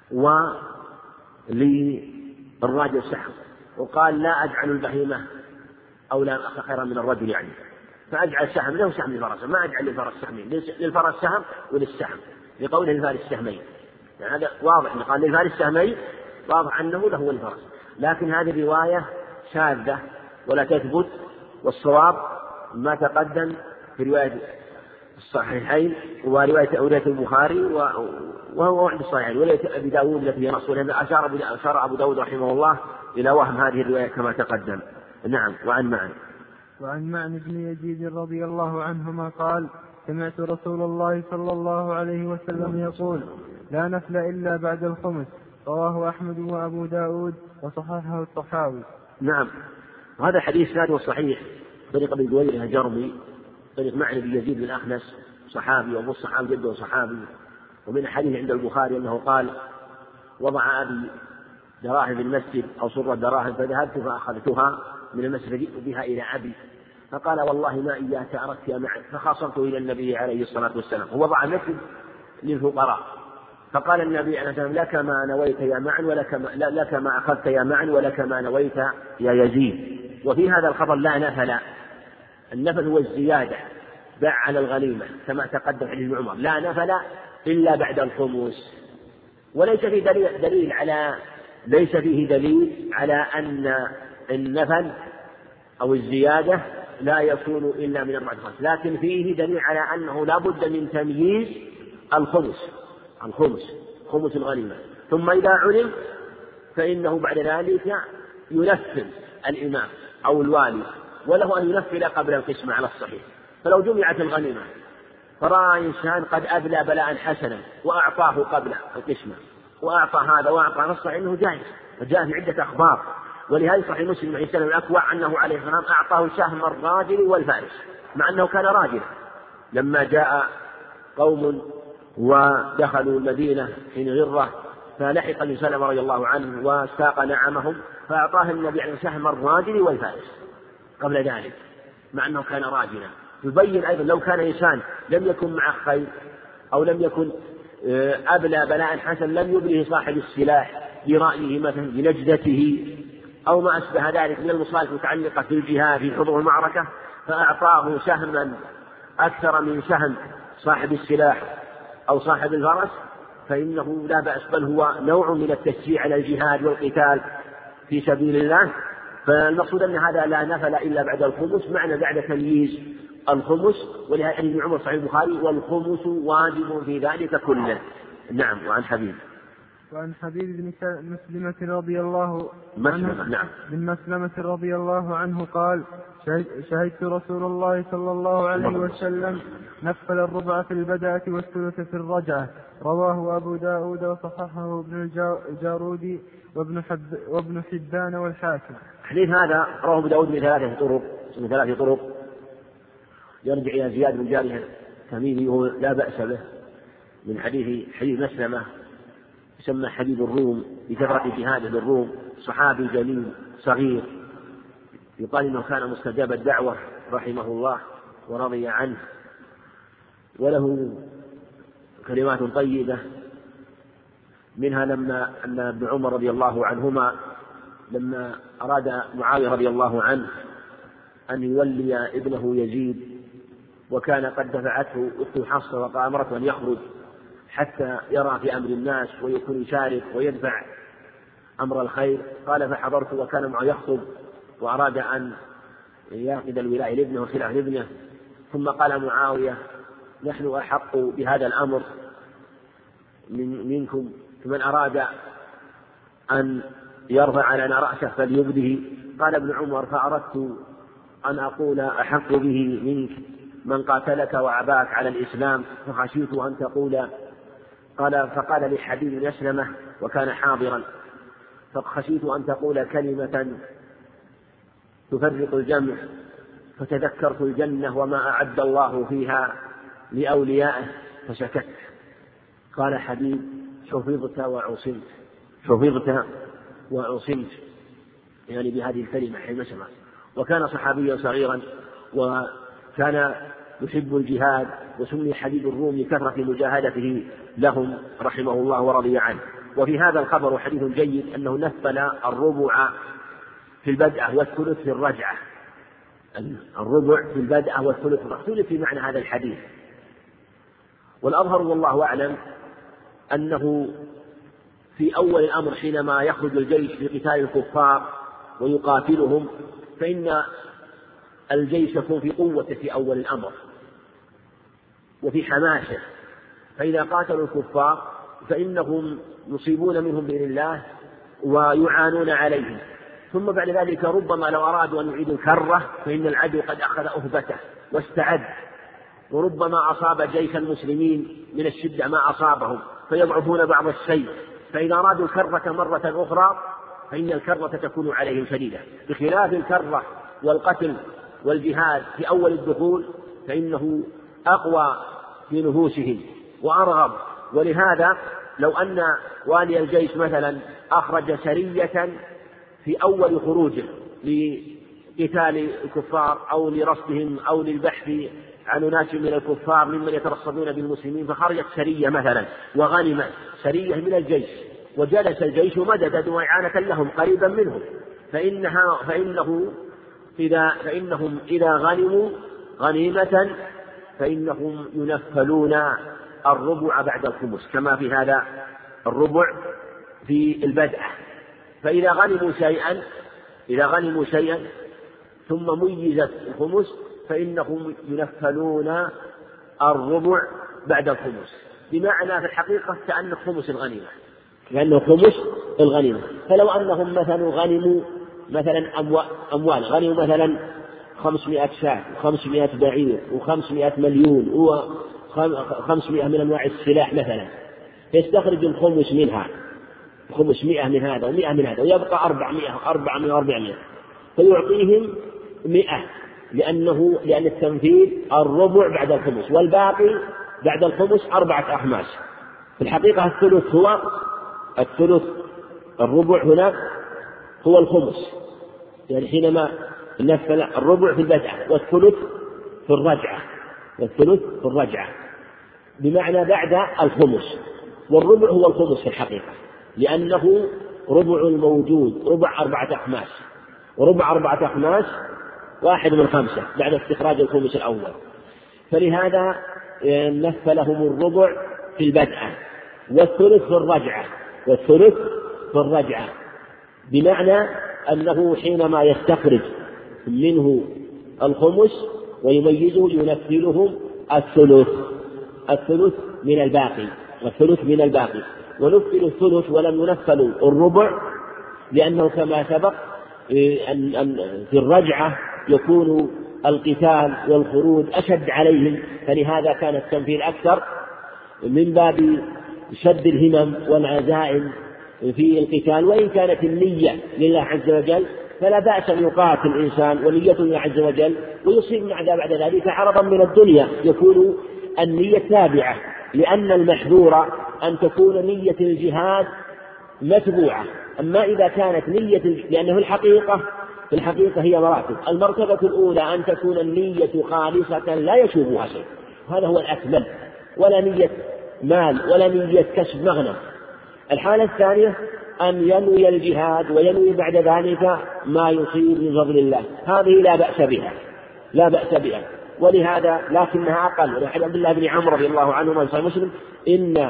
وللراجل سهم، وقال لا أجعل البهيمة أو لا خيرا من الرجل، يعني فأجعل سهم له سهم للفرس، ما أجعل للفرس سهمين، للفرس سهم وللسهم لقوله للفارس سهمين. يعني هذا واضح، قال للفارس سهمين واضح أنه له الفرس. لكن هذه الرواية شاذة ولا تثبت، والصواب ما تقدم في رواية الصحيحين ورواية أولية البخاري وهو عند الصحيحين ورواية أبي داود التي هي نص، ولهذا أشار أبو داود رحمه الله إلى وهم هذه الرواية كما تقدم. نعم. وعن معن وعن معن بن يزيد رضي الله عنهما قال سمعت رسول الله صلى الله عليه وسلم يقول لا نفل إلا بعد الخمس، رواه أحمد وأبو داود وصححه الطحاوي. نعم. وهذا حديث ساد وصحيح طريق أبي دويرة جرمي طريق معن بن يزيد بن أخنس صحابي، وأبو الصحابي جده صحابي. ومن الحديث عند البخاري أنه قال وضع أبي دراهم في المسجد أو صر دراهم فذهبت فأخذتها من المسجد فجئت بها إلى أبي فقال والله ما إياك أردت يا معن، فخاصمت إلى النبي عليه الصلاة والسلام. ووضع المسجد للفقراء فقال النبي عليه الصلاة والسلام لك ما نويت يا معن ولك ما, لك ما أخذت يا معن ولك ما نويت يا يزيد. وفي هذا الخبر لا نفل، النفل هو الزيادة باع على الغنيمة كما تقدم حديث ابن عمر، لا نفل إلا بعد الخمس. وليس فيه دليل, دليل على ليس فيه دليل على أن النفل أو الزيادة لا يكون إلا من أربعة خمس، لكن فيه دليل على أنه لا بد من تمييز الخمس الخمس خمس الغنيمة، ثم إذا علم فإنه بعد ذلك ينفذ الإمام أو الوالي، وله أن ينفذ قبل القسمة على الصحيح. فلو جمعت الغنيمة فرأى إنسان قد أبلى بلاء حسنا وأعطاه قبل القسمة وأعطى هذا وأعطى نص إنه جائز، وجاء في عدة أخبار. ولهذا صحيح مسلم عن سلمة الأكوع أنه عليه السلام أعطاه سهم الراجل والفارس مع أنه كان راجلا، لما جاء قوم ودخلوا المدينة حين غرة فلحق النبي سلمة رضي الله عنه وساق نعمهم، فأعطاه النبي عليه سهم الراجل والفارس قبل ذلك مع أنه كان راجلا. يبين أيضا لو كان إنسان لم يكن معه خير أو لم يكن أبلى بلاء حسن لم يبله صاحب السلاح برأيه مثلا بنجدته أو ما أشبه ذلك من المصالح المتعلقة في الجهاد في حضور المعركة، فأعطاه سهما أكثر من سهم صاحب السلاح أو صاحب الفرس، فإنه لا بأس، بل هو نوع من التشجيع على الجهاد والقتال في سبيل الله. فالمقصود أن هذا لا نفل إلا بعد الخمس، معنى بعد تمييز الخمس، ولهذا ابن عمر صحيح البخاري والخمس واجب في ذلك كله. نعم. وعن حبيب وعن حبيب بن مسلمة رضي الله مسلمة نعم بن مسلمة رضي الله عنه قال: شهدت رسول الله صلى الله عليه وسلم نفل الربع في البدءة والثلث في الرجعة. رواه أبو داود وصححه ابن الجارودي وابن, حب وابن حبان والحاكم. الحديث هذا رواه أبو داود من ثلاثة طرق من ثلاثة طرق يرجع إلى زياد بن جارية تميمي وهو لا بأس به، من حديث حديث مسلمة يسمى حبيب الروم بكثرة جهاده بالروم، صحابي جليل صغير يقال إنه كان مستجاب الدعوة رحمه الله ورضي عنه، وله كلمات طيبة، منها لما أن ابن عمر رضي الله عنهما لما أراد معاوية رضي الله عنه أن يولي ابنه يزيد، وكان قد دفعته أخته حفصة وأمرته أن يخرج حتى يرى في أمر الناس ويكون يشارك ويدفع أمر الخير، قال فحضرت وكان معه يخطب وأراد أن يعقد الولاية لابنه وخلع لابنه، ثم قال معاوية: نحن أحق بهذا الأمر من منكم، فمن أراد أن يرفع لنا رأسه فليبده. قال ابن عمر: فأردت أن أقول أحق به منك من قاتلك وعباك على الإسلام، فخشيت أن تقول. قال فقال لحبيب يسلمه وكان حاضرا: فخشيت أن تقول كلمة تفرق الجمع، فتذكرت الجنة وما أعد الله فيها لأوليائه فسكت. قال حبيب: حفظت وعصمت، حفظت وعصمت، يعني بهذه الكلمة حين سمع. وكان صحابيا صغيرا وكان يحب الجهاد، وسمي حبيب الروم لكثرة مجاهدته لهم رحمه الله ورضي عنه. وفي هذا الخبر حديث جيد أنه نفل الربع في البدء والثلث في الرجعة، الربع في البدء والثلث مقصود في معنى هذا الحديث. والأظهر والله أعلم أنه في أول الأمر حينما يخرج الجيش لقتال الكفار ويقاتلهم، فإن الجيش يكون في قوة في أول الأمر وفي حماسه، فإذا قاتلوا الكفار فإنهم يصيبون منهم بإذن الله ويعانون عليهم، ثم بعد ذلك ربما لو أرادوا أن يعيدوا الكرة فإن العدو قد أخذ أهبته واستعد، وربما أصاب جيش المسلمين من الشدة ما أصابهم فيضعفون بعض الشيء، فإذا أرادوا الكرة مرة أخرى فإن الكرة تكون عليهم شديدة، بخلاف الكرة والقتل والجهاد في أول الدخول فإنه أقوى في نفوسهم وأرغب. ولهذا لو أن والي الجيش مثلا أخرج سرية في أول خروجه لقتال الكفار أو لرصدهم أو للبحث عن أناس من الكفار ممن يترصدون بالمسلمين، فخرجت سرية مثلا وغنمت سرية من الجيش وجلس الجيش مددا وإعانة لهم قريبا منهم، فإنها فإنه إذا فإنهم إذا غنموا غنيمة فإنهم ينفلون الربع بعد الخمس، كما في هذا الربع في البدء. فإذا غنموا شيئا إذا غنموا شيئا ثم ميزت الخمس فإنهم ينفلون الربع بعد الخمس، بمعنى في الحقيقة كأنه خمس الغنيمة، كأنه خمس الغنيمة. فلو أنهم مثلا غنموا مثلا أموال، غنموا مثلا خمسمائة شاة وخمسمائة بعير وخمسمائة مليون وخمسمائة من أنواع السلاح مثلا، يستخرج الخمس منها خمس مئة من هذا ومئة من هذا ويبقى أربعمائة أربعمائة وأربعمائة فيعطيهم مئة لأنه لأن التنفيذ الربع بعد الخمس والباقي بعد الخمس أربعة أخماس. في الحقيقة الثلث هو الثلث الربع هنا هو الخمس، يعني حينما نفل الربع في البدعة والثلث في الرجعة والثلث في الرجعة بمعنى بعد الخمس، والربع هو الخمس في الحقيقة لأنه ربع الموجود ربع أربعة أخماس، وربع أربعة أخماس واحد من خمسة بعد استخراج الخمس الأول، فلهذا نفلهم الربع في البدعة والثلث في الرجعة والثلث في الرجعة بمعنى أنه حينما يستخرج منه الخمس ويميزه ينفلهم الثلث الثلث من الباقي والثلث من الباقي ونفل الثلث ولم ينفل الربع لأنه كما سبق أن في الرجعة يكون القتال والخروج أشد عليهم، فلهذا كان التنفيذ أكثر من باب شد الهمم والعزائم في القتال، وإن كانت النية لله عز وجل فلا بأس أن يقاتل الإنسان ونيته لله عز وجل ويصيب مع بعد ذلك عرضا من الدنيا يكون النية تابعة، لأن المحذور أن تكون نية الجهاد متبوعة. أما إذا كانت نية لأنه الحقيقة في الحقيقة هي مراتب، المرتبة الأولى أن تكون النية خالصة لا يشوبها شيء، هذا هو الأكمل، ولا نية مال ولا نية كسب مغنم. الحالة الثانية أن ينوي الجهاد وينوي بعد ذلك ما يصيب من فضل الله، هذه لا بأس بها لا بأس بها ولهذا لكنها أقل. ولحديث عبد الله بن عمرو رضي الله عنهما في مسلم إن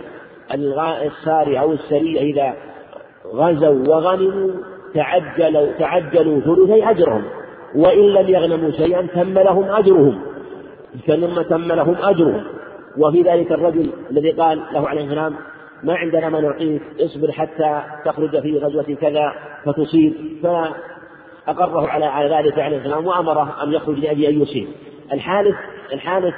الساري أو السرية إذا غزوا وغنموا تعجلوا تعجلوا ثلثي أجرهم، وإن لم يغنموا شيئا تم لهم أجرهم ثم تم لهم أجرهم. وفي ذلك الرجل الذي قال له عليه السلام ما عندنا ما نعطيك اصبر حتى تخرج في غزوة كذا فتصيب، فأقره على على ذلك عليه السلام وأمره أن يخرج لأجل أن يصيب. الحالة الحالة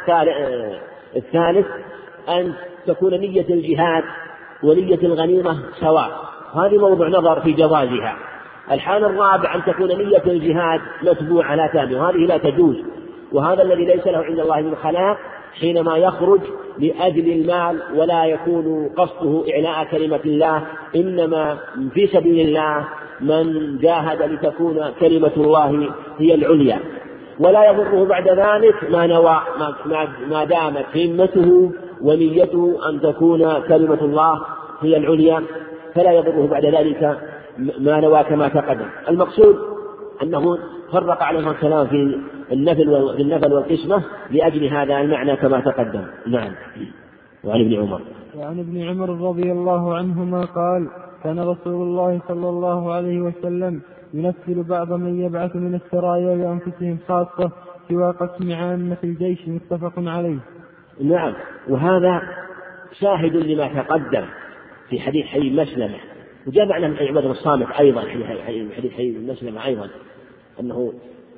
الثالث أن تكون نية الجهاد ونية الغنيمة سواء، هذه موضوع نظر في جوازها. الحالة الرابعة أن تكون نية الجهاد متبوعة لا تابعة، وهذه لا تجوز، وهذا الذي ليس له عند الله من خلاق حينما يخرج لأجل المال ولا يكون قصده إعلاء كلمة الله، إنما في سبيل الله من جاهد لتكون كلمة الله هي العليا، ولا يضره بعد ذلك ما نوى ما, ما دامت همته ونيته أن تكون كلمة الله هي العليا، فلا يضره بعد ذلك ما نوى كما تقدم. المقصود أنه فرق عليه الكلام في النفل النفل والقسمة لأجل هذا المعنى كما تقدم. نعم. وعن ابن عمر وعن ابن عمر رضي الله عنهما قال كان رسول الله صلى الله عليه وسلم ينفل بعض من يبعث من السرايا لأنفسهم خاصة سوى قسم عامة الجيش متفق عليه. نعم، وهذا شاهد لما تقدم في حديث حي مسلمة، وجاء معنا من عبادة الصامت أيضا حديث حي مسلمة أيضا أنه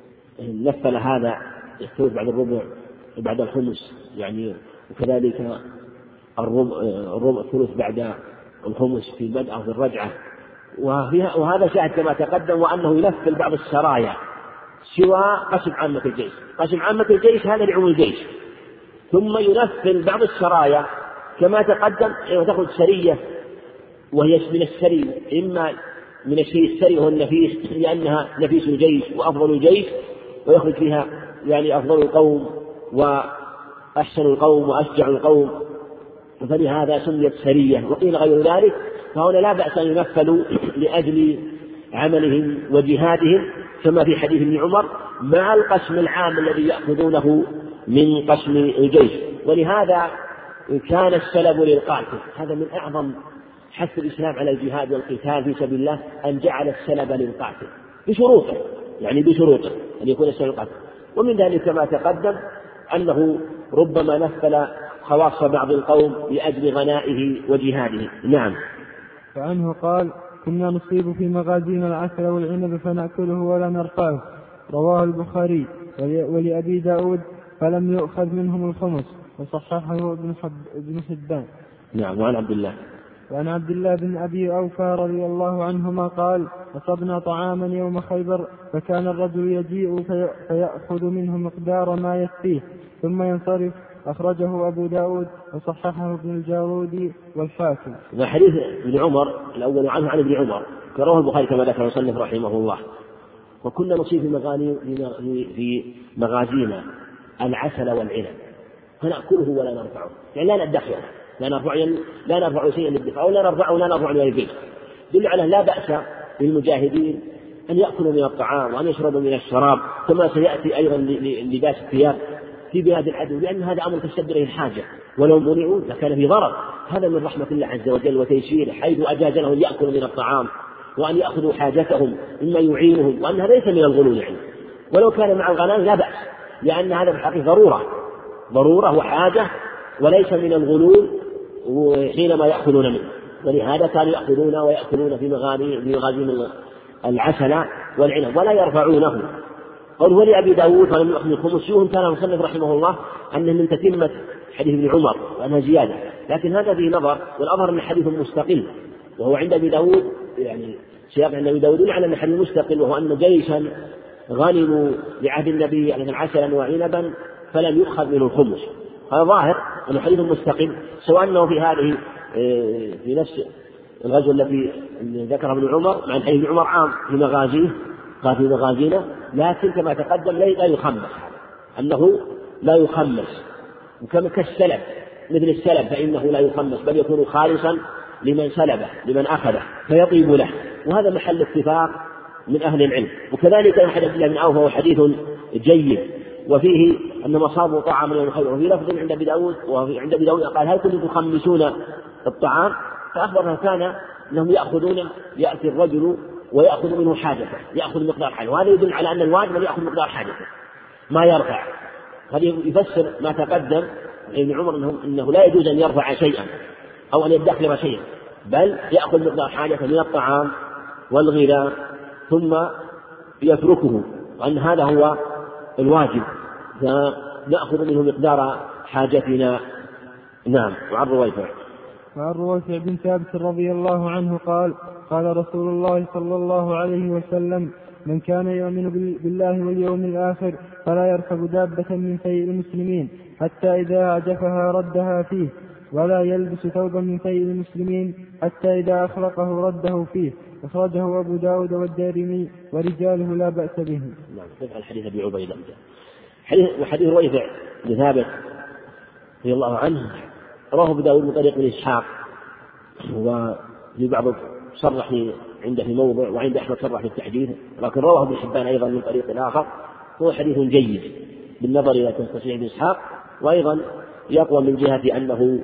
نفل هذا الثلث بعد الربع بعد الخمس يعني، وكذلك الربع الربع الثلث بعد الخمس في البدء أو في الرجعة، وهذا شاهد كما تقدم، وأنه ينفل بعض السرايا سوى قسم عامة الجيش. قسم عامة الجيش هذا لعموم الجيش، ثم ينفل بعض السرايا كما تقدم. وتخرج سرية وهي من السري، إما من الشيء السري هو النفيس لأنها نفيس الجيش وأفضل الجيش، ويخرج فيها يعني أفضل القوم وأحسن القوم وأشجع القوم، فلهذا سميت سرية. وقيل غير ذلك، فهنا لا بأس أن ينفلوا لأجل عملهم وجهادهم كما في حديث ابن عمر مع القسم العام الذي يأخذونه من قسم الجيش. ولهذا كان السلب للقاتل، هذا من أعظم حث الإسلام على الجهاد والقتال في سبيل الله، أن جعل السلب للقاتل بشروطه، يعني بشروطه أن يكون السلب للقاتل. ومن ذلك كما تقدم أنه ربما نفل خواص بعض القوم لأجل غنائه وجهاده. نعم. فعنه قال كنا نصيب في مغازينا العسل والعنب فنأكله ولا نرفعه، رواه البخاري. ولأبي داود فلم يؤخذ منهم الخمس، وصححه ابن حبان. نعم. وعن عبد الله وعن عبد الله بن أبي أوفى رضي الله عنهما قال: أصبنا طعاما يوم خيبر فكان الرجل يجيء في فيأخذ منه مقدار ما يكفيه ثم ينصرف. أخرجه أبو داود وصححه ابن الجارودي والحاكم. وحديث ابن عمر الأول عنه عن ابن عمر كرواه البخاري كما ذكر المصنف رحمه الله. وكنا نصيب في, مغاني في مغازينا العسل والعنب فنأكله ولا نرفعه، يعني لا ندخره، لا نرفع لا نرفع شيئا للدفع أو لا نرفعه ولا نرفع للبيت. دل على لا بأس للمجاهدين أن يأكلوا من الطعام وأن يشربوا من الشراب، كما سيأتي أيضا لباس الثياب في بلاد العدو، لأن هذا أمر تشتد إليه الحاجة، ولو منعوا لكان في ضرر. هذا من رحمة الله عز وجل وتيسيره، حيث أجاز لهم يأكلوا من الطعام وأن يأخذوا حاجتهم مما يعينهم، وأن هذا ليس من الغلول يعني. ولو كان مع الغنم لا بأس، لأن هذا في الحقيقة ضرورة ضرورة وحاجة وليس من الغلول حينما يأكلون منه. ولهذا كانوا يأخذون ويأكلون في مغازيهم العسل والعنب ولا يرفعونه. قال ولأبي داود فلم يأخذ الخمس. يوهم كان المصنف رحمه الله أنه من تتمة حديث ابن عمر وأنها زيادة، لكن هذا فيه نظر، والأظهر أن حديث مستقل، وهو عند أبي داود يعني سياق عند أبي داود على أن حديث مستقل، وهو أن جيشا غنموا لعهد النبي عسلا وعنبا فلم يؤخذ منه الخمس. هذا ظاهر أنه حديث مستقل، سواء أنه في هذه في نفس الغزوة التي ذكرها ابن عمر، مع أن حديث ابن عمر عام في مغازيه قال في مغازينا، لكن كما تقدم لا يخمس، أنه لا يخمس وكما كالسلب مثل السلب فإنه لا يخمس بل يكون خالصا لمن سلبه لمن أخذه فيطيب له، وهذا محل اتفاق من أهل العلم. وكذلك حديث الله بن عوف هو حديث جيد، وفيه أن مصابوا طعام من الخير. وفي لفظ عند أبي داود وعند أبي داود قال: هل كنتم تخمسون الطعام؟ فأخبرنا كان أنهم يأخذون، يأتي الرجل ويأخذ منه حاجته، يأخذ مقدار حاجته، وهذا يدل على أن الواجب أن يأخذ مقدار حاجته ما يرفع. هذا يفسر ما تقدم ابن عمر أنه, إنه لا يجوز أن يرفع شيئا أو أن يدخر شيئا، بل يأخذ مقدار حاجته من الطعام والغذاء ثم يتركه، وأن هذا هو الواجب، فنأخذ منه مقدار حاجتنا. نعم. وعن رويفع وعن رويفع بن ثابت رضي الله عنه قال: قال رسول الله صلى الله عليه وسلم: من كان يؤمن بالله واليوم الآخر فلا يركب دابة من فيء المسلمين حتى إذا أعجفها ردها فيه، ولا يلبس ثوبا من فيء المسلمين حتى إذا أخلقه رده فيه. أخرجه أبو داود والدارمي ورجاله لا بأس به. نعم. تفعل حديث أبي عبيدة. حديث وحديث رويفع بن ثابت رضي الله عنه رواه أبو داود من طريق ابن إسحاق، وفي بعض صرح عنده في موضع، وعند أحمد صرح في التحديث، لكن رواه ابن حبان أيضا من طريق آخر. هو حديث جيد بالنظر إلى تصحيح ابن إسحاق، وأيضا يقوى من جهة أنه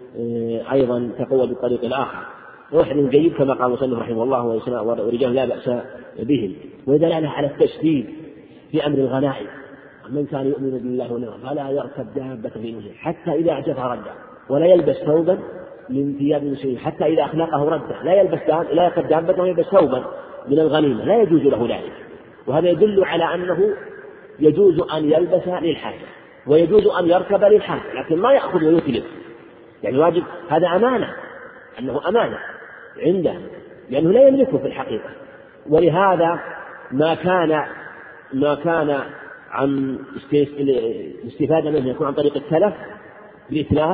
أيضا تقوى بالطريق الآخر. هو حديث جيد كما قال المصنف رحمه الله ورجال لا بأس بهم. ودلالة على التشديد في أمر الغنائم: من كان يؤمن بالله واليوم فلا يركب دابة في مسلم حتى إذا أعجبها رده، ولا يلبس ثوبا من ثياب المسلمين حتى إذا أخلقه رده. لا يلبس لا يركب دابة ويلبس ثوبا من الغنيمة، لا يجوز له ذلك. وهذا يدل على أنه يجوز أن يلبس للحاجة ويجوز أن يركب للحاجة، لكن ما يأخذ ويتلف، يعني واجب. هذا أمانة، أنه أمانة عنده، لأنه لا يملكه في الحقيقة. ولهذا ما كان ما كان عن الاستفادة منه يكون عن طريق التلف بالإتلاف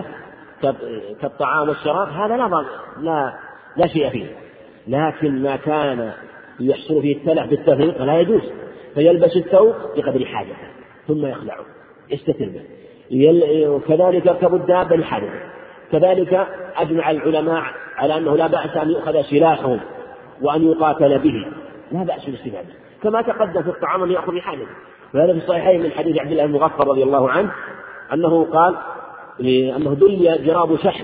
كالطعام والشراب، هذا لا لا لا شيء فيه. لكن ما كان يحصل فيه التلف بالتفريط فلا يجوز، فيلبس الثوب بقدر حاجته ثم يخلعه يستتر به. وكذلك يركب الدابة لحاجته. كذلك أجمع العلماء على أنه لا بأس أن يؤخذ سلاحهم وأن يقاتل به، لا بأس بالاستفادة، كما تقدم في الطعام أن يأخذ بحاجته. وهذا في الصحيحين من حديث عبد الله بن مغفر رضي الله عنه أنه قال أنه دلي جراب شحم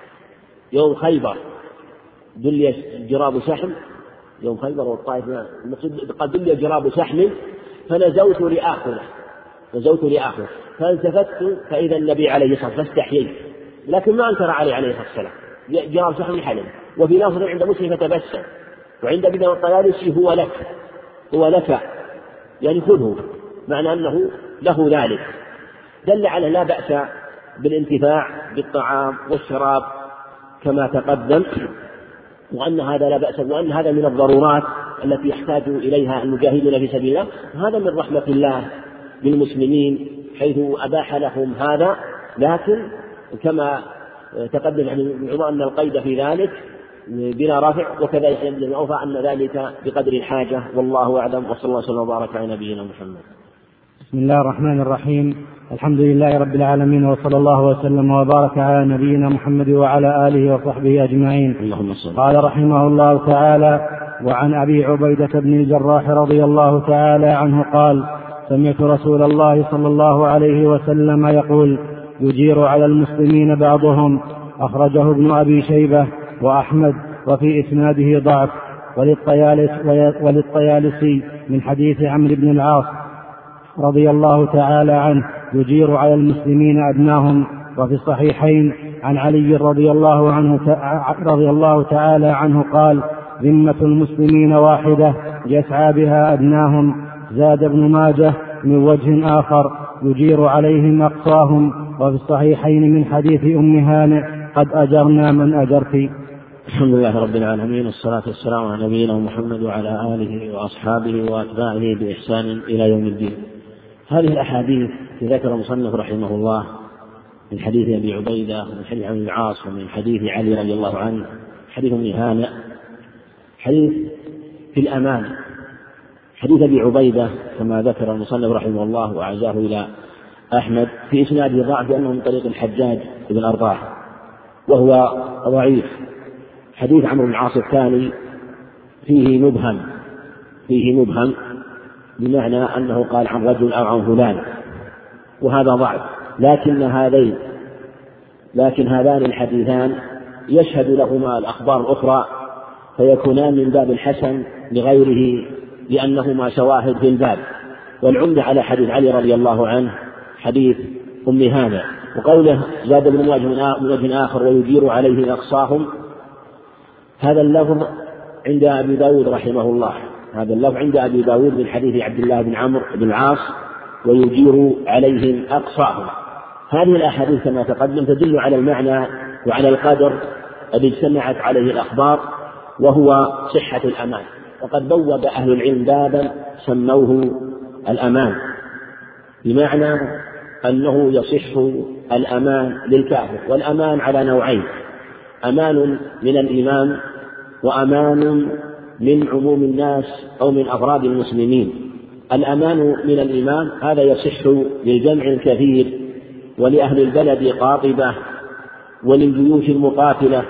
يوم خيبر، دلي جراب شحم يوم خيبر والطائف، قد دلي جراب شحم فنزوت لآخذه نزوت لآخذه فالتفت فإذا النبي عليه الصلاة والسلام فاستحييت، لكن ما أنكر عليه عليه الصلاة والسلام جراب شحم لحلم. وفي لفظ عند مسلم فتبسم، وعند ابن الطيالسي هو لك هو لك يعني خذه، معنى أنه له ذلك. دل على لا بأس بالانتفاع بالطعام والشراب كما تقدم، وأن هذا لا بأس، وأن هذا من الضرورات التي يحتاج إليها المجاهدون في سبيل الله. هذا من رحمة الله بالمسلمين حيث أباح لهم هذا، لكن كما تقدم عن ابن عمر أن القيد في ذلك بلا رافع، وكذلك ابن أوفى أن ذلك بقدر الحاجة، والله أعلم، وصلى الله وسلم وبارك على نبينا محمد. بسم الله الرحمن الرحيم. الحمد لله رب العالمين، وصلى الله وسلم وبارك على نبينا محمد وعلى آله وصحبه أجمعين. اللهم صل. قال رحمه الله تعالى: وعن أبي عبيدة بن الجراح رضي الله تعالى عنه قال: سمعت رسول الله صلى الله عليه وسلم يقول: يجير على المسلمين بعضهم. أخرجه ابن أبي شيبة وأحمد، وفي إسناده ضعف. وللطيالسي من حديث عمرو بن العاص رضي الله تعالى عنه: يجير على المسلمين أدناهم. وفي الصحيحين عن علي رضي الله عنه رضي الله تعالى عنه قال: ذمة المسلمين واحدة يسعى بها أدناهم. زاد ابن ماجه من وجه آخر: يجير عليهم أقصاهم. وفي الصحيحين من حديث أم هانئ: قد أجرنا من أجرت. الحمد لله رب العالمين، والصلاة والسلام على نبينا محمد وعلى آله وأصحابه وأتباعه بإحسان إلى يوم الدين. هذه الأحاديث ذكر المصنف رحمه الله من حديث أبي عبيدة ومن حديث عمرو بن العاص ومن حديث علي رضي الله عنه، حديث أم هانئ، حديث في الأمان. حديث أبي عبيدة كما ذكر المصنف رحمه الله وأعزاه إلى أحمد في إسناده ضعف لأنه من طريق الحجاج بن أرطاح وهو ضعيف. حديث عمرو بن العاص الثاني فيه مبهم فيه مبهم بمعنى أنه قال عن رجل أو عن فلان، وهذا ضعف. لكن هذين لكن هذان الحديثان يشهد لهما الأخبار الأخرى فيكونان من باب الحسن لغيره لأنهما شواهد في الباب. والعمدة على حديث علي رضي الله عنه حديث أم هانئ. وقوله زاد من وجه آخر: ويجير عليه أقصاهم، هذا اللفظ عند أبي داود رحمه الله، هذا اللفظ عند أبي داود من حديث عبد الله بن عمرو بن العاص: ويجير عليهم أقصاهم. هذه الأحاديث كما تقدم تدل على المعنى وعلى القدر الذي اجتمعت عليه الأخبار، وهو صحة الأمان. وقد بوب أهل العلم بابا سموه الأمان، بمعنى أنه يصح الأمان للكافر. والأمان على نوعين: أمان من الإمام، وأمان من عموم الناس أو من أفراد المسلمين. الأمان من الإمام هذا يصح للجمع الكثير ولأهل البلد قاطبة وللجيوش المقاتلة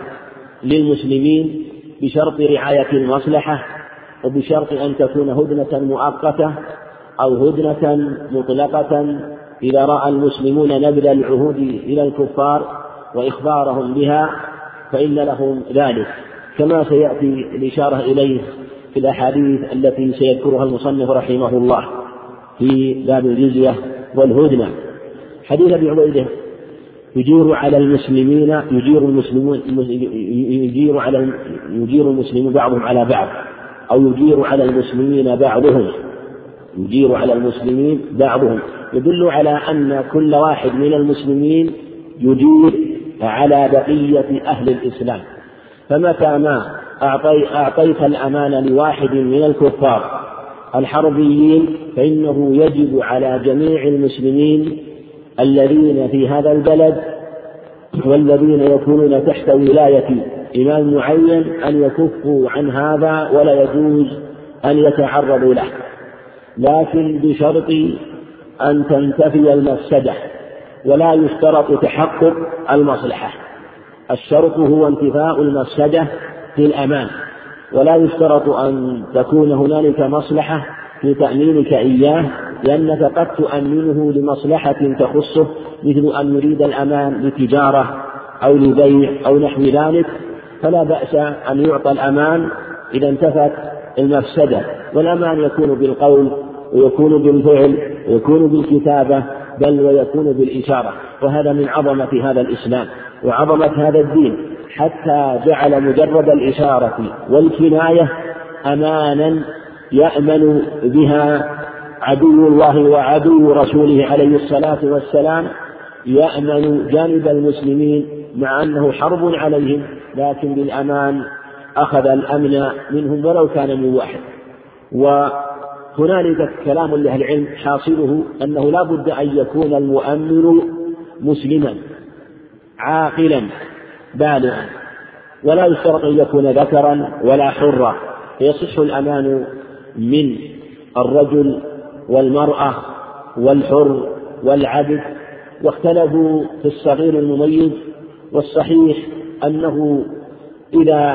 للمسلمين بشرط رعاية المصلحة، وبشرط أن تكون هدنة مؤقتة أو هدنة مطلقة إذا رأى المسلمون نبذ العهود إلى الكفار وإخبارهم بها فإن لهم ذلك، كما سيأتي الإشارة إليه في الأحاديث التي سيذكرها المصنف رحمه الله في باب الجزية والهدنة. حديث أبي عبيدة: يجير على المسلمين يجير المسلمون يجير على يجير المسلمون بعضهم على بعض، أو يجير على المسلمين بعضهم يجير على المسلمين بعضهم يدل على أن كل واحد من المسلمين يجير على بقية أهل الإسلام. فمتى ما أعطيت الأمان لواحد من الكفار الحربيين فإنه يجب على جميع المسلمين الذين في هذا البلد والذين يكونون تحت ولاية إمام معين أن يكفوا عن هذا، ولا يجوز أن يتعرضوا له، لكن بشرط أن تنتفي المفسدة، ولا يشترط تحقق المصلحة. الشرط هو انتفاء المفسدة في الأمان، ولا يشترط أن تكون هنالك مصلحة في تأمينك إياه، لأنك قد تؤمنه لمصلحة تخصه، مثل أن يريد الأمان لتجارة أو لبيع أو نحو ذلك، فلا بأس أن يعطى الأمان إذا انتفت المفسدة. والأمان يكون بالقول، ويكون بالفعل، ويكون بالكتابة، بل ويكون بالإشارة. وهذا من عظمة هذا الإسلام وعظمة هذا الدين، حتى جعل مجرد الإشارة والكناية أمانا يأمن بها عدو الله وعدو رسوله عليه الصلاة والسلام، يأمن جانب المسلمين مع أنه حرب عليهم لكن بالأمان أخذ الأمن منهم ولو كان من واحد. وهنالك كلام لأهل العلم حاصله أنه لا بد أن يكون المؤمن مسلما عاقلا بالغا، ولا يشترط أن يكون ذكرا ولا حرا، فيصح الأمان من الرجل والمرأة والحر والعبد. واختلفوا في الصغير المميز، والصحيح أنه إذا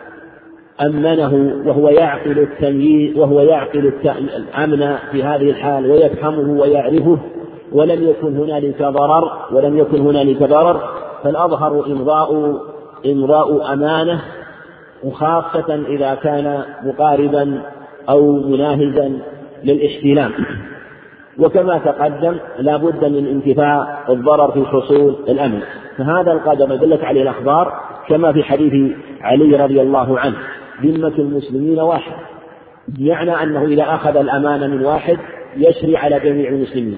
أمنه وهو يعقل التمييز وهو يعقل الأمن في هذه الحال ويفهمه ويعرفه ولم يكن هنالك ضرر ولم يكن هنالك ضرر فالأظهر إمضاء إمضاء أمانة، وخاصة إذا كان مقاربا أو مناهزا للاحتلام. وكما تقدم لا بد من انتفاء الضرر في حصول الأمن، فهذا القدر دلت عليه الأخبار كما في حديث علي رضي الله عنه: ذمة المسلمين واحد، بمعنى أنه إذا أخذ الأمان من واحد يشري على جميع المسلمين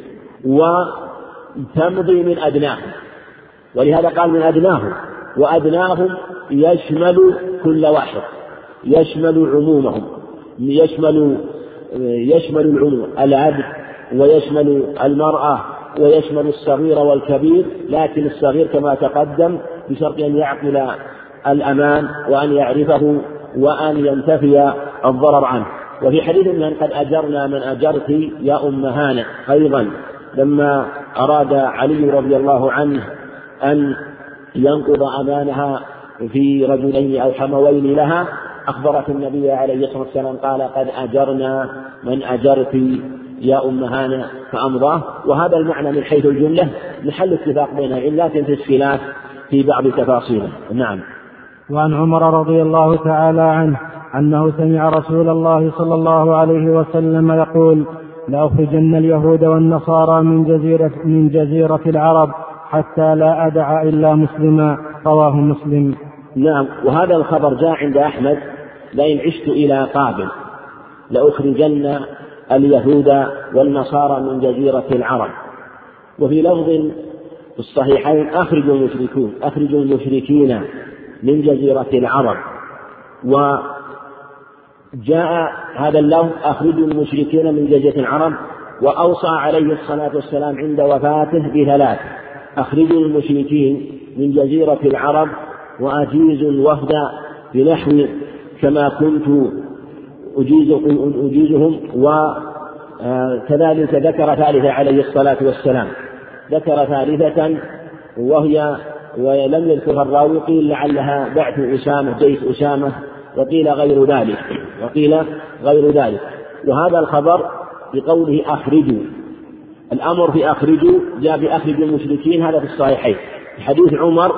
وتمضي من أدناهم، ولهذا قال من أدناهم، وأدناهم يشمل كل واحد، يشمل عمومهم، يشمل يشمل العموم، العبد ويشمل المرأة ويشمل الصغير والكبير، لكن الصغير كما تقدم بشرط أن يعقل الأمان وأن يعرفه وأن ينتفي الضرر عنه. وفي حديث من قد أجرنا من أجرت يا أم هانئ أيضا لما أراد علي رضي الله عنه أن ينقض أمانها في رجلين أو حموين لها، أخبرت النبي عليه الصلاة والسلام قال: قد أجرنا من أجرت يا أم هانئ فأمضاه. وهذا المعنى من حيث الجملة محل اتفاق بينها، إلا في الخلاف في بعض تفاصيله. نعم. وعن عمر رضي الله تعالى عنه أنه سمع رسول الله صلى الله عليه وسلم يقول: لأخرجن اليهود والنصارى من جزيرة, من جزيرة العرب حتى لا أدع إلا مسلما. رواه مسلم. نعم. وهذا الخبر جاء عند أحمد: لئن عشت إلى قابل لأخرجن اليهود والنصارى من جزيرة العرب. وفي لفظ في الصحيحين: أخرجوا المشركون أخرجوا المشركين من جزيرة العرب. وجاء هذا اللفظ: أخرجوا المشركين من جزيرة العرب، وأوصى عليه الصلاة والسلام عند وفاته بثلاث: أخرجوا المشركين من جزيرة العرب، وأجيز الوفد بنحو كما كنت أجيزهم. وكذلك ذكر ثالثة عليه الصلاة والسلام، ذكر ثالثة وهي ولم يذكرها الراوي، قيل لعلها بعث أسامة جيش أسامة، وقيل غير ذلك وقيل غير ذلك. وهذا الخبر بقوله أخرجوا، الأمر في أخرجوا جاء بأخرج المشركين، هذا في الصحيحين. في حديث عمر: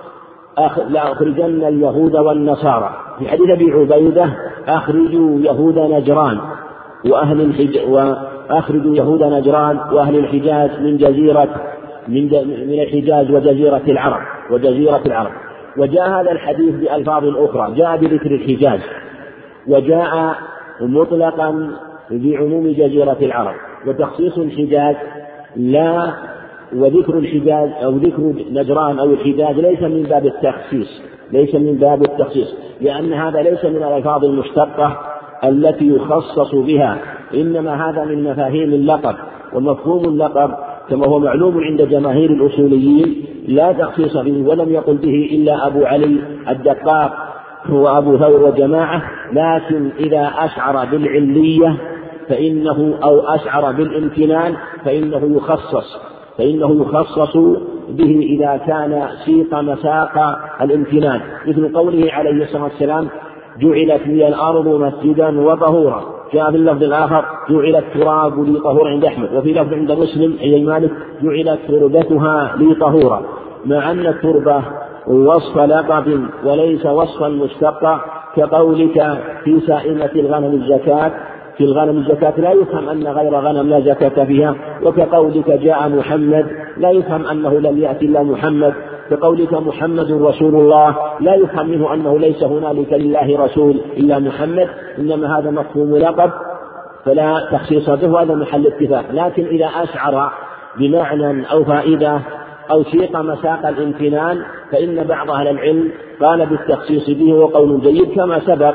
لا أخرجن اليهود والنصارى. في حديث أبي عبيدة: أخرجوا يهود نجران وأهل الحجاز وأخرجوا يهود نجران وأهل الحجاز من جزيرة من من الحجاز وجزيرة العرب وجزيرة العرب. وجاء هذا الحديث بألفاظ أخرى، جاء بذكر الحجاز، وجاء مطلقا بعموم جزيرة العرب، وتخصيص الحجاز لا وذكر الحجاز أو ذكر نجران أو الحجاز ليس من باب التخصيص ليس من باب التخصيص لأن هذا ليس من الألفاظ المشتقة التي يخصص بها، إنما هذا من مفاهيم اللقب. ومفهوم اللقب كما هو معلوم عند جماهير الأصوليين لا تخصيص به، ولم يقل به إلا أبو علي الدقاق هو أبو ثور وجماعة، لكن إذا أشعر بالعلية فإنه أو أشعر بالامتنان فإنه يخصص فإنه يخصص به إذا كان سيق مساق الامتنان، مثل قوله عليه الصلاة والسلام: جعلت لي الأرض مسجدا وطهورا. جاء في اللفظ الآخر: جعلت تراب لي طهورا عند أحمد. وفي لفظ عند مسلم أي مالك: جعلت تربتها لي طهورا. مع أن التربة وصف لقب وليس وصفا مشتقا، كقولك في سائمة الغنم الزكاة، في الغنم الزكاة لا يفهم أن غير غنم لا زكاة فيها. وكقولك جاء محمد لا يفهم أنه لم يأتي إلا محمد. كقولك محمد رسول الله لا يفهم منه أنه ليس هنالك لله رسول إلا محمد، إنما هذا مفهوم لقب فلا تخصيص به، هذا محل اتفاق. لكن إذا أشعر بمعنى أو فائدة أو سيق مساق الامتنان فإن بعض أهل العلم قال بالتخصيص به وقول جيد كما سبق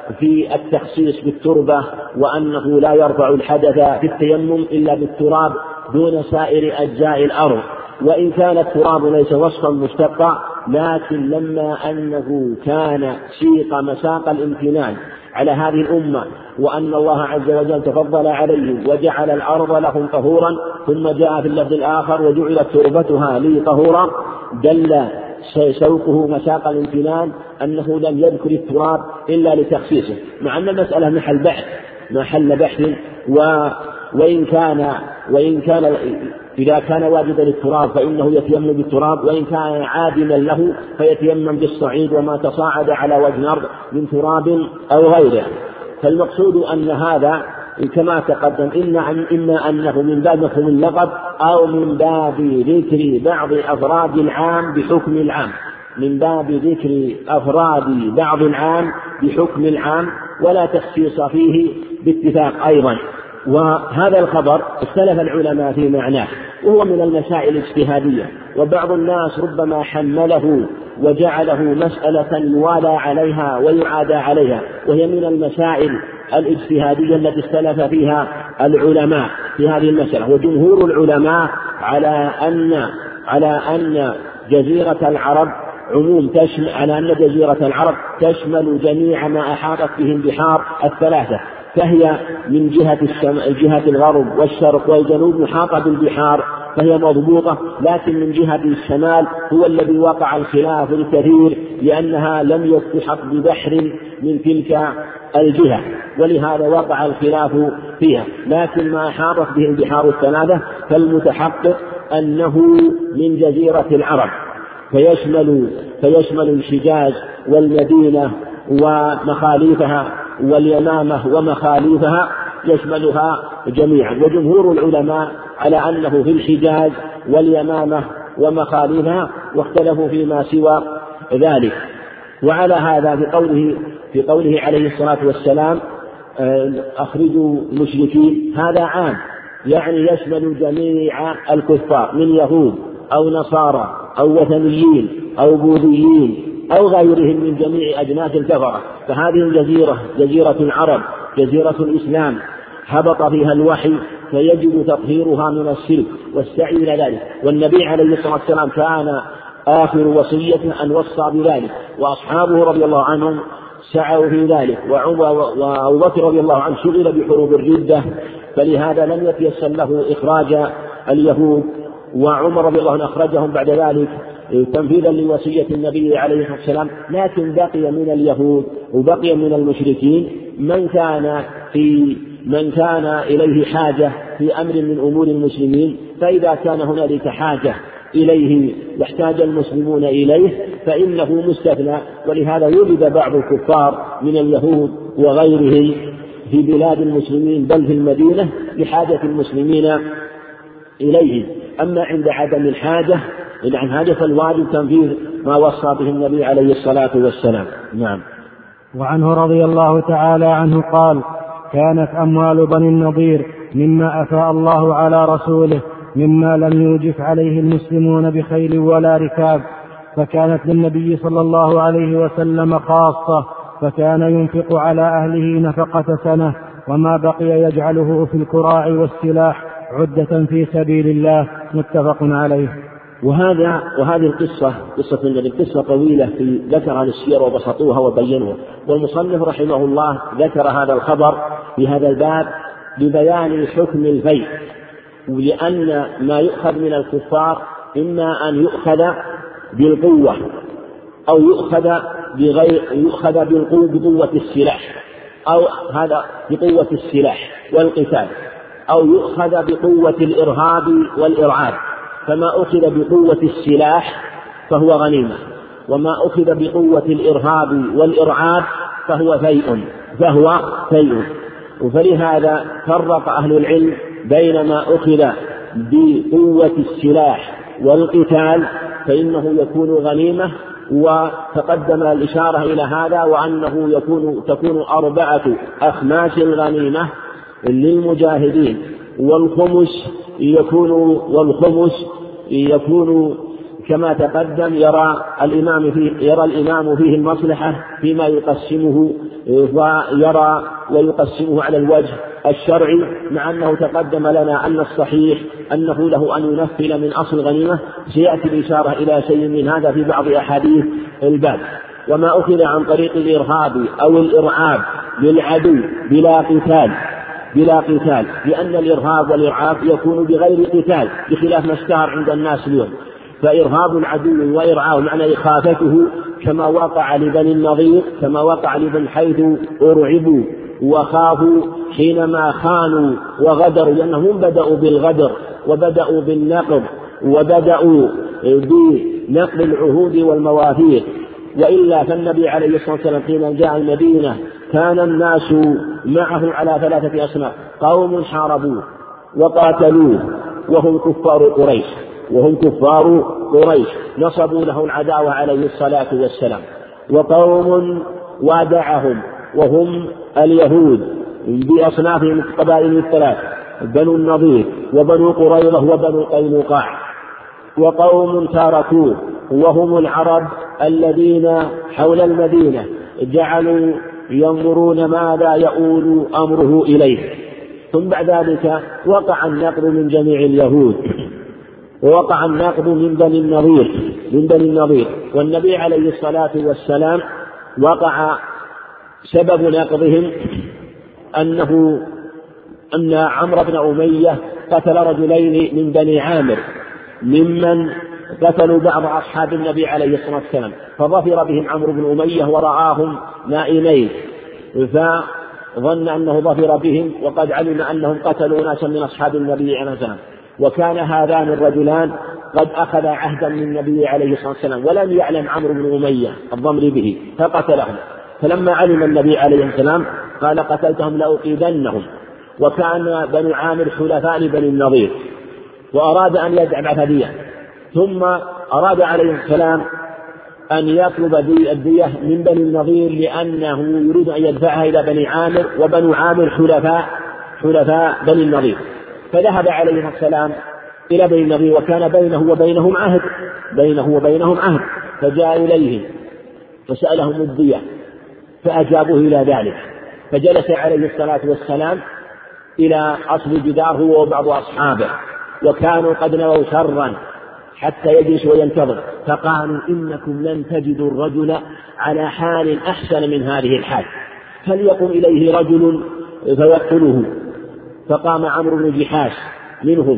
في التخصيص بالتربة وأنه لا يرفع الحدث في التيمم إلا بالتراب دون سائر أجزاء الأرض، وإن كان التراب ليس وصفا مشتقا، لكن لما أنه كان سيق مساق الامتنان على هذه الأمة وأن الله عز وجل تفضل عليهم وجعل الأرض لهم طهورا، ثم جاء في اللفظ الآخر وجعلت تربتها لي طهورا، دل سوقه مساق الامتنان أنه لم يذكر التراب إلا لتخصيصه، مع أن المسألة محل بحث محل بحث و وإن كان وإن كان إذا كان واجدا التراب فإنه يتيمم بالتراب، وإن كان عادما له فيتيمم بالصعيد وما تصاعد على وجه الأرض من تراب أو غيره. فالمقصود أن هذا كما تقدم إن إما أنه من باب مفهوم اللقب أو من باب ذكر بعض أفراد العام بحكم العام، من باب ذكر أفراد بعض العام بحكم العام ولا تخصيص فيه باتفاق أيضا. وهذا الخبر اختلف العلماء في معناه، وهو من المسائل الاجتهادية، وبعض الناس ربما حمله وجعله مسألة يوالى عليها ويعادى عليها، وهي من المسائل الاجتهادية التي اختلف فيها العلماء في هذه المسألة. وجمهور العلماء على أن على أن جزيرة العرب عموم تشمل على أن جزيرة العرب تشمل جميع ما أحاطت به البحار الثلاثة، فهي من جهة الشم... جهة الغرب والشرق والجنوب محاطة بالبحار فهي مضبوطة، لكن من جهة الشمال هو الذي وقع الخلاف الكثير لأنها لم يستحق ببحر من تلك الجهة، ولهذا وقع الخلاف فيها. لكن ما أحاطت به البحار الثلاثة فالمتحقق أنه من جزيرة العرب، فيشمل فيشمل الحجاز والمدينة ومخاليفها واليمامة ومخاليفها، يشملها جميعا. وجمهور العلماء على أنه في الحجاز واليمامة ومخاليفها، واختلفوا فيما سوى ذلك. وعلى هذا في قوله في قوله عليه الصلاة والسلام أخرجوا المشركين، هذا عام، يعني يشمل جميع الكفار من يهود أو نصارى أو وثنيين أو بوذيين أو غيرهم من جميع أجناس الكفرة. فهذه الجزيرة جزيرة العرب جزيرة الإسلام هبط فيها الوحي، فيجب تطهيرها من الشرك والسعي إلى ذلك. والنبي عليه الصلاة والسلام كان آخر وصيته أن وصى بذلك، وأصحابه رضي الله عنهم سعوا في ذلك، وأبو بكر رضي الله عنه شغل بحروب الردة، فلهذا لم يتيسر له إخراج اليهود، وعمر رضي الله عنه أخرجهم بعد ذلك تنفيذا لوصية النبي عليه الصلاة والسلام. لكن بقي من اليهود وبقي من المشركين من كان في من كان إليه حاجة في أمر من أمور المسلمين، فإذا كان هنالك حاجة إليه واحتاج المسلمون إليه فإنه مستثنى. ولهذا يوجد بعض الكفار من اليهود وغيرهم في بلاد المسلمين بل في المدينة لحاجة المسلمين إليه. أما عند عدم الحاجة إذا عن حاجة فالواجب تنفيذ ما وصى به النبي عليه الصلاة والسلام. نعم. وعنه رضي الله تعالى عنه قال: كانت أموال بني النضير مما أفاء الله على رسوله مما لم يوجف عليه المسلمون بخيل ولا ركاب، فكانت للنبي صلى الله عليه وسلم خاصة، فكان ينفق على أهله نفقة سنة، وما بقي يجعله في الكراع والسلاح عدة في سبيل الله. متفق عليه. وهذا وهذه القصة قصة النبي قصة طويلة في ذكرها للسير وبسطوها وبينوها، والمصنف رحمه الله ذكر هذا الخبر في هذا الباب ببيان حكم الفيء، ولأن ما يؤخذ من الكفار إما أن يؤخذ بالقوة أو يؤخذ بغير يؤخذ بالقوة بقوة السلاح، أو هذا بقوة السلاح والقتال، أو يؤخذ بقوة الإرهاب والإرعاب. فما أخذ بقوة السلاح فهو غنيمة، وما أخذ بقوة الإرهاب والإرعاب فهو فيء فهو فيء فلهذا فرق أهل العلم بين ما أخذ بقوة السلاح والقتال فإنه يكون غنيمة، وتقدم الإشارة إلى هذا، وأنه يكون تكون أربعة أخماس الغنيمة للمجاهدين، والخمس يكون والخمس يكون كما تقدم يرى الإمام فيه, يرى الإمام فيه المصلحة فيما يقسمه ويرى ويقسمه على الوجه الشرعي، مع أنه تقدم لنا أن الصحيح أنه له أن ينفل من أصل غنيمة. سيأتي الإشارة إلى شيء من هذا في بعض أحاديث الباب. وما أخذ عن طريق الإرهاب أو الإرعاب للعدو بلا قتال بلا قتال لأن الإرهاب والإرعاب يكون بغير قتال بخلاف ما اشتهر عند الناس اليوم. فإرهاب العدو وإرعاه معنى إخافته كما وقع لبني النضير كما وقع لبني حيث أرعبوا وخافوا حينما خانوا وغدروا، لأنهم بدأوا بالغدر وبدأوا بالنقض وبدأوا بنقض العهود والمواثيق. وإلا فالنبي عليه الصلاة والسلام حين جاء المدينة كان الناس معه على ثلاثة أصناف: قوم حاربوه وقاتلوه وهم كفار قريش وهم كفار قريش نصبوا له العداوة عليه الصلاة والسلام، وقوم وادعهم وهم اليهود بأصنافهم القبائل الثلاث: بنو النضير وبنو قريظة وبنو قينقاع، وقوم تاركوه وهم العرب الذين حول المدينة جعلوا ينظرون ماذا يؤول أمره إليه. ثم بعد ذلك وقع النقض من جميع اليهود ووقع النقض من بني النضير من بني النضير والنبي عليه الصلاة والسلام وقع سبب نقضهم أنه أن عمرو بن أمية قتل رجلين من بني عامر ممن قتلوا بعض أصحاب النبي عليه الصلاة والسلام، فظفر بهم عمرو بن أمية ورآهم نائمين فظن أنه ظفر بهم وقد علم أنهم قتلوا ناسا من أصحاب النبي عليه الصلاة والسلام. وكان هذان الرجلان قد أخذ عهدا من النبي عليه الصلاة والسلام ولم يعلم عمرو بن أمية الضمر به فقتلهم. فلما علم النبي عليه السلام قال: قتلتهم لأقيدنهم. وكان بنو عامر حلفاء لبني النضير وأراد أن يدفع هدية، ثم أراد عليه السلام أن يطلب الدية من بني النضير لأنه يريد أن يدفعها إلى بني عامر، وبنو عامر حلفاء حلفاء بني النضير. فذهب عليه السلام إلى بني النضير وكان بينه وبينهم عهد بينه وبينهم عهد فجاء إليهم فسألهم الدية فأجابوه إلى ذلك. فجلس عليه الصلاة والسلام إلى أصل جدار هو وبعض أصحابه، وكانوا قد نووا شرا حتى يجلس وينتظر، فقالوا: إنكم لن تجدوا الرجل على حال أحسن من هذه الحال، فليقم إليه رجل فيقتله. فقام عمرو بن جحاش منهم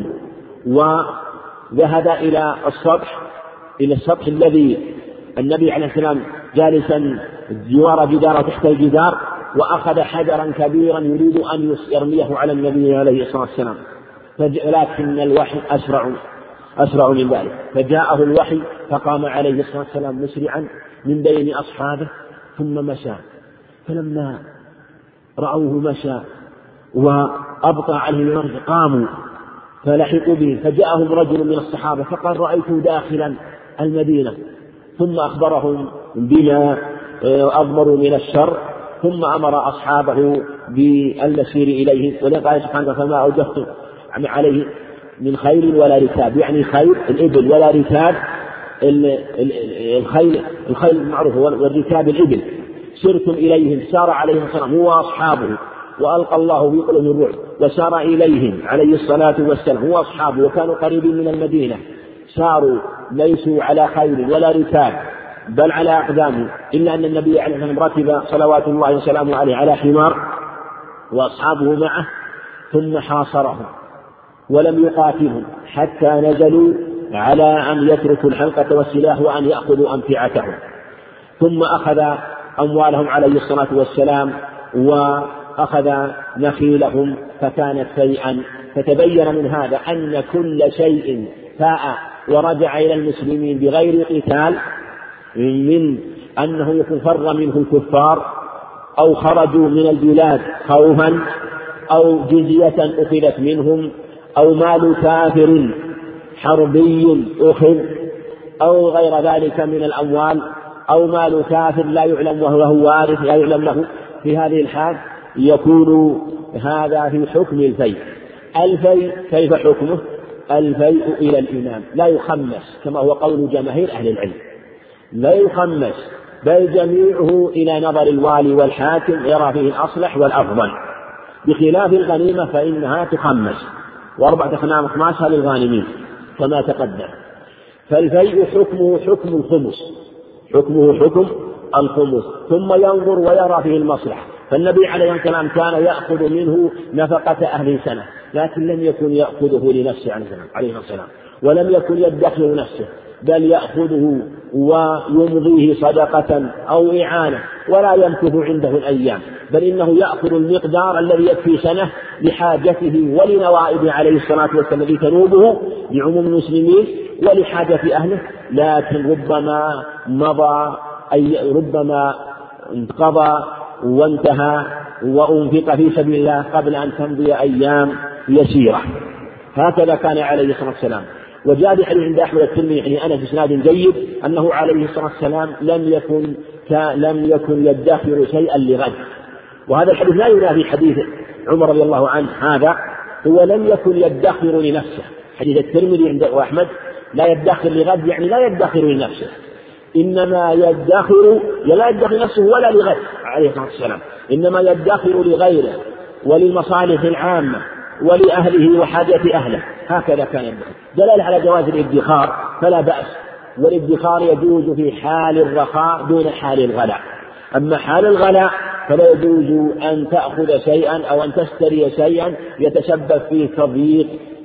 وذهب إلى السطح إلى السطح الذي النبي عليه السلام جالسا جوار جدار تحت الجدار، وأخذ حجرا كبيرا يريد أن يرميه على النبي عليه الصلاة والسلام، لكن الوحي أسرع أسرع من ذلك، فجاءه الوحي فقام عليه الصلاة والسلام مسرعا من بين أصحابه ثم مشى. فلما رأوه مشى وأبطأ عليه المرج قاموا فلحقوا به، فجاءهم رجل من الصحابة فقال: رأيته داخلا المدينة، ثم أخبرهم بما أضمروا من الشر، ثم أمر أصحابه بالمسير إليه. ولقال سبحانه: فما أوجفتم عليه من خيل ولا ركاب، يعني خيل الإبل ولا ركاب الخيل الخيل المعروف والركاب الإبل. سرتم إليهم، سار عليهم السلام هو وأصحابه، وألقى الله في قلوبهم الرعب وسار إليهم عليه الصلاة والسلام هو وأصحابه، وكانوا قريبين من المدينة. ساروا ليسوا على خيل ولا ركاب بل على أقدامهم، إلا أن النبي عليه الصلاة والسلام ركب صلوات الله وسلامه عليه على حمار وأصحابه معه، ثم حاصرهم ولم يقاتلهم حتى نزلوا على أن يتركوا الحلقة والسلاح وأن يأخذوا أمتعتهم. ثم أخذ أموالهم عليه الصلاة والسلام وأخذ نخيلهم فكانت شيئا. فتبين من هذا أن كل شيء فاء ورجع إلى المسلمين بغير قتال، من أنه يكون فر منه الكفار أو خرجوا من البلاد خوفا أو جزية أخذت منهم أو مال كافر حربي أخذ أو غير ذلك من الأموال، أو مال كافر لا يعلم وهو وارث لا يعلم له، في هذه الحال يكون هذا في حكم الفيء. الفيء كيف حكمه؟ الفيء إلى الإمام، لا يخمس كما هو قول جماهير أهل العلم، لا يخمس، بل جميعه إلى نظر الوالي والحاكم يرى فيه الأصلح والأفضل، بخلاف الغنيمة فإنها تخمس، وأربعة أخماسها للغانمين كما تقدم. فالفيء حكمه حكم الخمس، حكمه حكم الخمس، ثم ينظر ويرى فيه المصلحة. فالنبي عليه السلام كان يأخذ منه نفقة أهل سنة، لكن لم يكن يأخذه لنفسه عليه السلام، ولم يكن يدخر نفسه، بل يأخذه ويمضيه صدقة أو إعانة، ولا يمكث عنده الأيام، بل إنه يأخذ المقدار الذي يكفي سنة لحاجته ولنوائب عليه الصلاة والسلام الذي تنوبه لعموم المسلمين ولحاجة أهله. لكن ربما مضى أي ربما انقضى وانتهى وأنفق في سبيل الله قبل أن تمضي أيام يسيرة. هكذا كان عليه الصلاة والسلام. وجاء بحديث عند أحمد الترمذي يعني أنا بإسناد جيد أنه عليه الصلاة والسلام لم يكن لم يكن يدخر شيئا لغد. وهذا الحديث لا ينافي حديث عمر رضي الله عنه، هذا هو لم يكن يدخر لنفسه. حديث الترمذي عند أحمد لا يدخر لغد يعني لا يدخر لنفسه، إنما يدخر لا يدخر نفسه ولا لغيره عليه الصلاة والسلام، إنما يدخر لغيره وللمصالح العامة ولأهله وحاجة أهله. هكذا كان يدخر. دلالة على جواز الادخار فلا بأس، والادخار يجوز في حال الرخاء دون حال الغلاء. أما حال الغلاء فلا يجوز أن تأخذ شيئا أو أن تشتري شيئا يتسبب فيه تضييق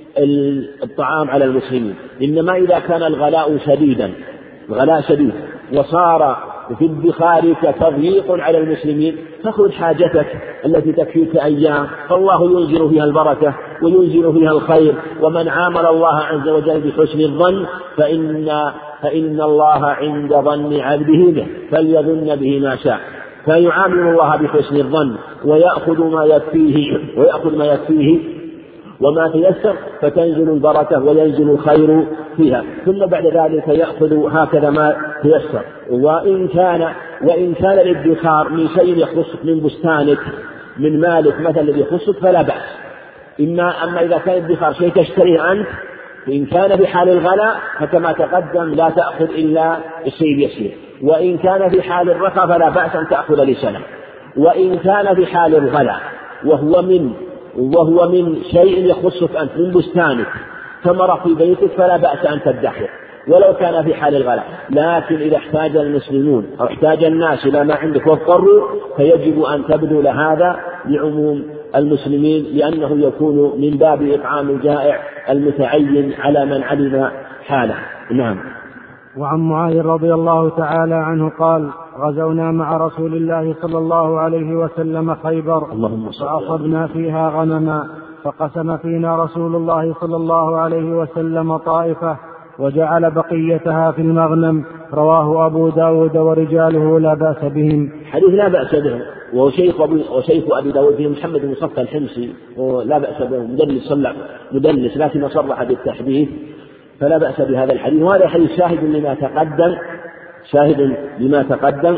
الطعام على المسلمين، إنما إذا كان الغلاء شديدا غلاء شديد وصار في ادخارك تضييق على المسلمين فخذ حاجتك التي تكفيك أيام، فالله ينزل فيها البركة وينزل فيها الخير. ومن عامل الله عز وجل بحسن الظن فإن, فإن الله عند ظن عبده به فليظن به ما شاء. فيعامل الله بحسن الظن ويأخذ ما يكفيه ويأخذ ما يكفيه وما تيسر، فتنزل البركة وينزل الخير فيها، ثم بعد ذلك يأخذ هكذا ما تيسر. وإن كان وإن كان الادخار من شيء يخصك من بستانك من مالك مثلا الذي يخصك فلا بأس. إما أما إذا كان الادخار شيء تشتريه أنت، إن كان في حال الغلاء فكما تقدم لا تأخذ إلا الشيء اليسير، وإن كان في حال الرخاء فلا بأس أن تأخذ لسنة. وإن كان في حال الغلاء وهو من وهو من شيء يخصك أنت من بستانك ثمرة في بيتك فلا بأس أن تدخر ولو كان في حال الغلاء. لكن إذا احتاج المسلمون أو احتاج الناس إلى ما عندك واضطروا فيجب أن تبذل هذا لعموم المسلمين، لأنه يكون من باب إطعام الجائع المتعين على من علم حاله. نعم. وعن معاذ رضي الله تعالى عنه قال: غزونا مع رسول الله صلى الله عليه وسلم خيبر فأصبنا فيها غنما، فقسم فينا رسول الله صلى الله عليه وسلم طائفة وجعل بقيتها في المغنم. رواه أبو داود ورجاله لا بأس بهم. حديث لا بأس به، وشيخ أبي, وشيخ أبي داود فيه محمد بن صفة الحمصي ولا بأس به، مدلس صلى مدلس لكن صرح بالتحديث فلا بأس بهذا الحديث. وهذا الحديث شاهد لما تقدم شاهد لما تقدم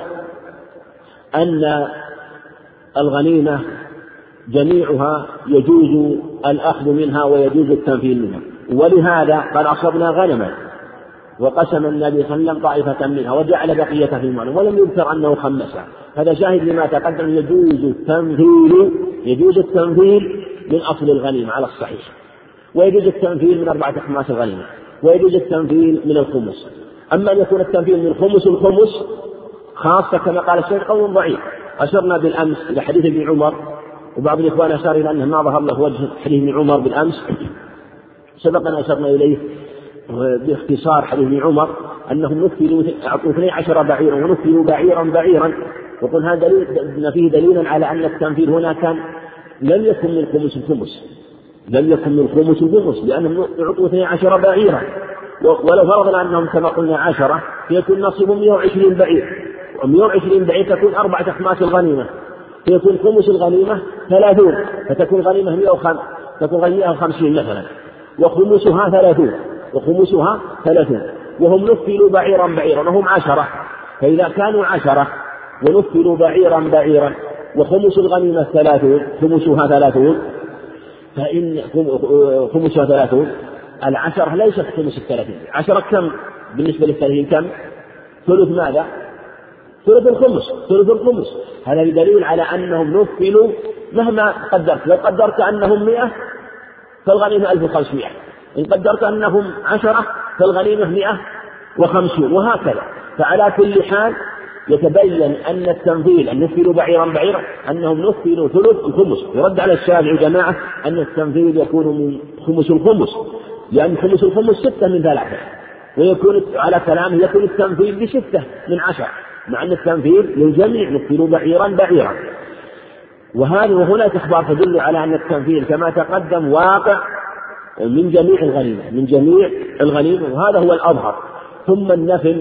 أن الغنيمة جميعها يجوز الأخذ منها ويجوز التنفيذ منها، ولهذا قد أصبنا غنما وقسم النبي صلى الله عليه وسلم طائفة منها وجعل بقيتها في المغنم ولم يذكر أنه خمسها. هذا شاهد لما تقدم يجوز التنفيذ يجوز التنفيذ من أصل الغنيمة على الصحيح، ويجوز التنفيذ من أربعة أخماس الغنيمة، ويجوز التنفيذ من الخمس. أما أن يكون التنفيذ من الخمس الخمس خاصة كما قال الشيخ قول ضعيف. أشرنا بالأمس إلى حديث ابن عمر، وبعض الإخوان أشار إلى أنه ما ظهر له وجه حديث ابن عمر بالأمس، سبقنا أشرنا إليه باختصار حديث ابن عمر أنهم نكفلوا أعطوا اثني عشر بعيرا ونكفلوا بعيرا بعيرا، وقل هذا دليل فيه دليلا على أن التنفيذ هنا كان لم يكن من الخمس الخمس لم يكن من الخمس الخمس لأنهم يعطوا اثني عشر بعيرا، ولو فرضنا أنهم كما قلنا عشرة فيكون نصيب مئة وعشرين بعير، ومئة وعشرين بعير تكون أربعة أخماس الغنيمة، فيكون خمس الغنيمة ثلاثون، فتكون غنيمة مئة وخمس تكون غنيمة خمسين مثلا، وخمسها ثلاثون وخمسها ثلاثون وهم نفلوا بعيرا بعيرا وهم عشرة. فإذا كانوا عشرة ونفلوا بعيرا بعيرا وخمس الغنيمة ثلاثون خمسها ثلاثون فإن خمسها ثلاثون العشرة ليست خمس الثلاثين. عشرة كم بالنسبة للثلاثين؟ كم؟ ثلث ماذا؟ ثلث الخمس. ثلث الخمس. هذا بدليل على أنهم نفلوا مهما قدرت. لو قدرت أنهم مئة فالغنيمة ألف وخمسمائة، إن قدرت أنهم عشرة فالغنيمة مئة وخمسون، وهكذا. فعلى كل حال يتبين أن التنفيذ أن نفلوا بعيرا بعيرا أنهم نفلوا ثلث الخمس. يرد على الشافعي جماعة أن التنفيذ يكون من خمس الخمس، لأن خمس الخمس ستة من ثلاثة، ويكون على كلامه يكون التنفيذ بستة من عشر، مع أن التنفيذ للجميع نفلوا بعيرا بعيرا. وهذه وهناك أخبار تدل على أن التنفيذ كما تقدم واقع من جميع الغنيمة من جميع الغنيمة وهذا هو الأظهر. ثم النفل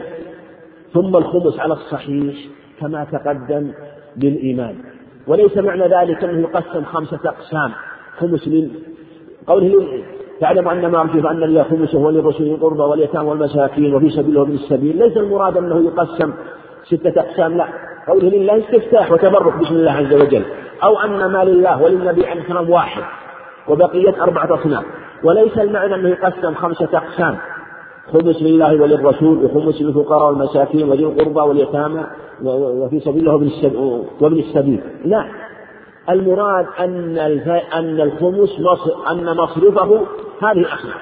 ثم الخمس على الصحيح كما تقدم بالإيمان. وليس معنى ذلك أنه يقسم خمسة أقسام. خمس من قوله تعلم أن ما أرجو فأن لله خمسه وللرسول القربى واليتامى والمساكين وفي سبيله وابن السبيل. ليس المراد أنه يقسم ستة أقسام، لا، قوله لله استفتاح وتبرك بسم الله عز وجل، أو أن ما لله وللنبي عليه السلام واحد وبقية أربعة أصناف. وليس المعنى أنه يقسم خمسة أقسام، خمس لله وللرسول وخمس للفقراء والمساكين وذي القربى واليتامى وفي سبيله وابن السبيل، لا. المراد أن أن الخمس مصر أن مصرفه هذه الأصناف.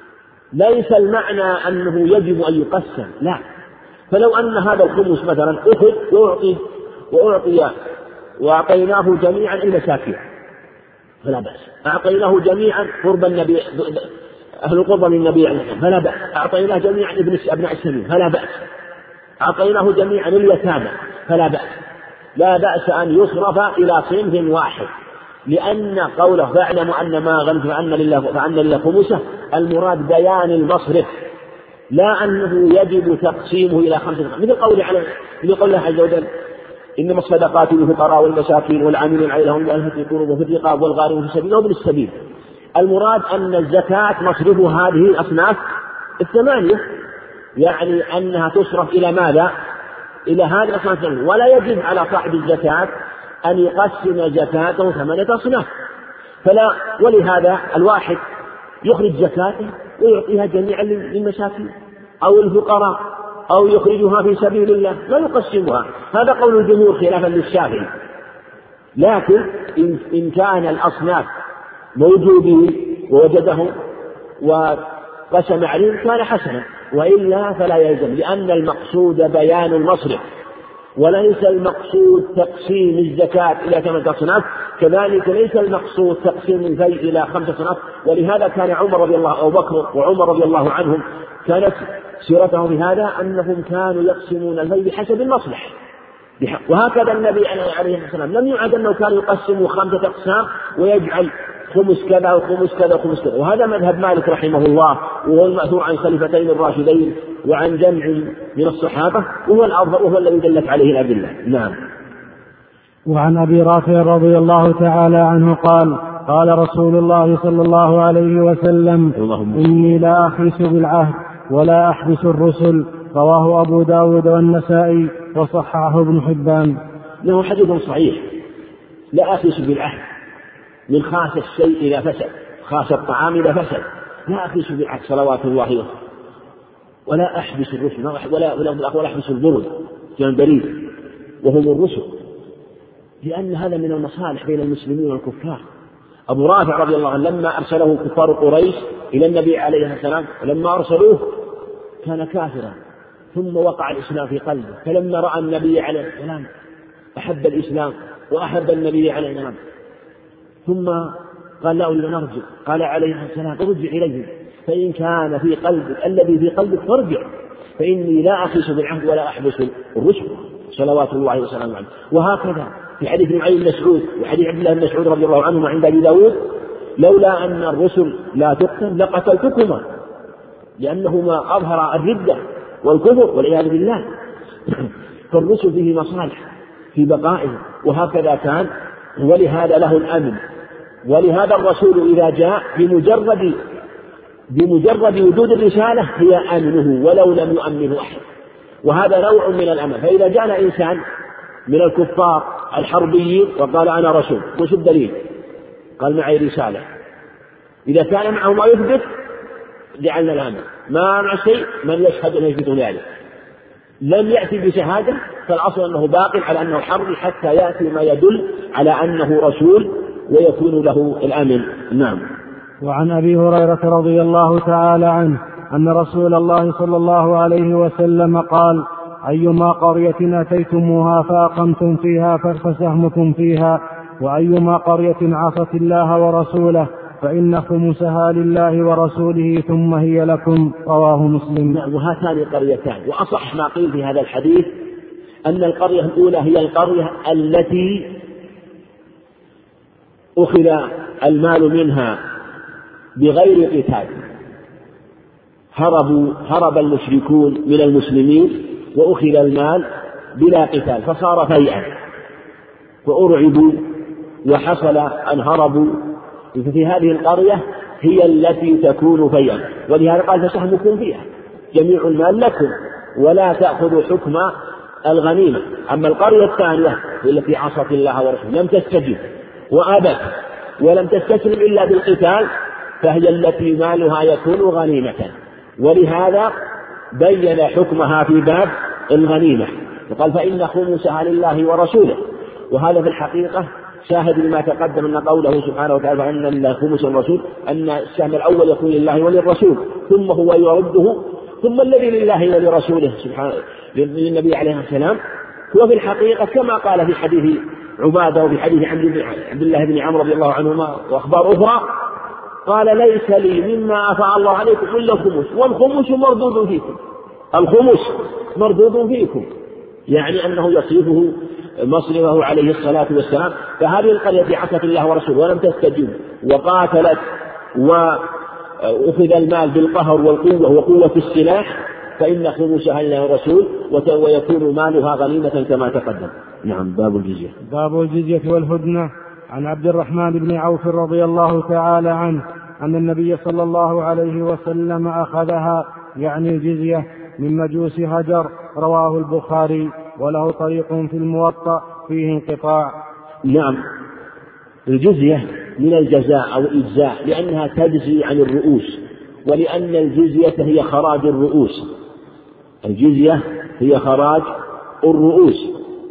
ليس المعنى أنه يجب أن يقسم، لا. فلو أن هذا الخمس مثلا أخذ وأعطي وأعطي وأعطيناه جميعا المساكين فلا بأس، أعطيناه جميعا قرب النبي أهل القربى من النبي عليه الصلاة فلا بأس، أعطيناه جميعا ابن أبناء السبيل فلا بأس، أعطيناه جميعا اليتامى فلا بأس. لا بأس أن يصرف إلى صنف واحد، لأن قوله فاعلم أن ما غنمت فأن لله فأن لله خمسه المراد بيان المصرف، لا أنه يجب تقسيمه إلى خمسة. مثل قوله على مثل قوله عز وجل إنما الصدقات للفقراء والمساكين والعاملين عليها والمؤلفة قلوبهم وفي الرقاب والغارمين في سبيل الله وابن السبيل. المراد أن الزكاة مصرف هذه الأصناف الثمانية، يعني أنها تصرف إلى ماذا؟ إلى هذه الأصناف الثمانية. ولا يجب على صاحب الزكاة أن يقسم زكاته ثمانية أصناف، فلا. ولهذا الواحد يخرج زكاته ويعطيها جميعا للمساكين أو الفقراء أو يخرجها في سبيل الله، لا يقسمها. هذا قول الجمهور خلافا للشافعي. لكن إن كان الأصناف موجودين ووجده وقسم عليهم كان حسنا، وإلا فلا يلزم، لأن المقصود بيان المصرف وليس المقصود تقسيم الزكاة إلى ثمانية أصناف. كذلك ليس المقصود تقسيم الفيء إلى خمسة أصناف. ولهذا كان عمر رضي الله أو بكر وعمر رضي الله عنهم كانت سيرتهم في هذا أنهم كانوا يقسمون الفيء بحسب المصلحة، وهكذا النبي عليه الصلاة والسلام لم يعد أنه كان يقسم خمسة أقسام ويجعل خمس كذا وخمس كذا وخمس كذا. وهذا مذهب مالك رحمه الله، وهو المأثور عن خليفتين الراشدين وعن جمع من الصحابة، وهو الأفضل وهو الذي دلت عليه الأدلة. نعم. وعن أبي رافع رضي الله تعالى عنه قال قال رسول الله صلى الله عليه وسلم إني لا أخلص بالعهد ولا أحبس الرسل، رواه أبو داود والنسائي وصححه ابن حبان. له حديث صحيح. لا أخلص بالعهد من خاص الشيء إذا فسد، خاص الطعام إذا فسد، لا أخلص بالعهد صلوات الله وسلامه، ولا أحبس الرسل ولا ولا ولا أحبس البرد كان بريد وهم الرسل، لأن هذا من المصالح بين المسلمين والكفار. أبو رافع رضي الله عنه لما أرسله كفار قريش إلى النبي عليه السلام، ولما أرسلوه كان كافرا، ثم وقع الإسلام في قلبه، فلما رأى النبي عليه السلام أحب الإسلام وأحب النبي عليه السلام، ثم قال لا أريد أن أرجع. قال عليه السلام ارجع إليه، فإن كان في قلبك الذي في قلبك فارجع، فإني لا أخلص بالعهد ولا أحبس الرسل صلوات الله وسلامه عليه. وهكذا في حديث ابن عبد مسعود وحديث عبد الله بن مسعود رضي الله عنهما عند أبي داود لولا أن الرسل لا تقتل لقتلتكما، لأنهما أظهر الردة والكفر والعياذ بالله. فالرسل فيه مصالح في بقائه، وهكذا كان، ولهذا له الأمن. ولهذا الرسول إذا جاء بمجرد بمجرد وجود الرسالة هي أمنه ولو لم يؤمنه أحد، وهذا نوع من الأمن. فإذا جاء إنسان من الكفار الحربيين وقال أنا رسول، وش الدليل؟ قال معي رسالة. إذا كان معه ما يثبت جعلنا الأمن، ما مع شيء من يشهد أنه يثبت ذلك. لم يأتي بشهادة فالأصل أنه باق على أنه حرب حتى يأتي ما يدل على أنه رسول ويكون له الأمن. نعم. وعن أبي هريرة رضي الله تعالى عنه أن رسول الله صلى الله عليه وسلم قال: أيما قرية أتيتموها فأقمتم فيها فسهمكم فيها، وأيما قرية عصت الله ورسوله فإن خمسها لله ورسوله ثم هي لكم. رواه مسلم. وهاتان قريتان، وأصح ما قيل في هذا الحديث أن القرية الأولى هي القرية التي أخذ المال منها بغير قتال، هربوا هرب المشركون من المسلمين وأخذ المال بلا قتال فصار فيئا وأرعبوا وحصل أن هربوا، ففي هذه القرية هي التي تكون فيئا، ولهذا قال: فسهمكم فيها، جميع المال لكم ولا تأخذوا حكم الغنيمة. أما القرية الثانية التي عصت الله ورسوله لم تستجب وأبت ولم تستسلم إلا بالقتال فهي التي مالها يكون غنيمة، ولهذا بين حكمها في باب الغنيمة وقال: فإن خمسها لله ورسوله. وهذا في الحقيقة شاهد لما تقدم أن قوله سبحانه وتعالى: فإن خمس الرسول، أن السهم الأول يكون لله وللرسول ثم هو يرده، ثم الذي لله ولرسوله سبحانه للنبي عليه السلام. هو في الحقيقة كما قال في حديث عبادة وفي حديث عبد الله بن عمرو رضي الله عنهما وأخبار أخرى، قال: ليس لي مما أفاء الله عليكم إلا الخمس، والخمس مردود فيكم. الخمس مردود فيكم، يعني أنه يصرفه مصرفه عليه الصلاة والسلام. فهذه القرية عصت الله ورسوله ولم تستجب وقاتلت وأخذ المال بالقهر والقوة وقوة السلاح، فإن خمسها لله والرسول ويكون مالها غنيمة كما تقدم. نعم. باب الجزية. باب الجزية والهدنة. عن عبد الرحمن بن عوف رضي الله تعالى عنه أن النبي صلى الله عليه وسلم أخذها، يعني الجزية، من مجوس هجر. رواه البخاري وله طريق في الموطأ فيه انقطاع. نعم. الجزية من الجزاء أو الإجزاء لأنها تجزي عن الرؤوس، ولأن الجزية هي خراج الرؤوس. الجزية هي خراج الرؤوس،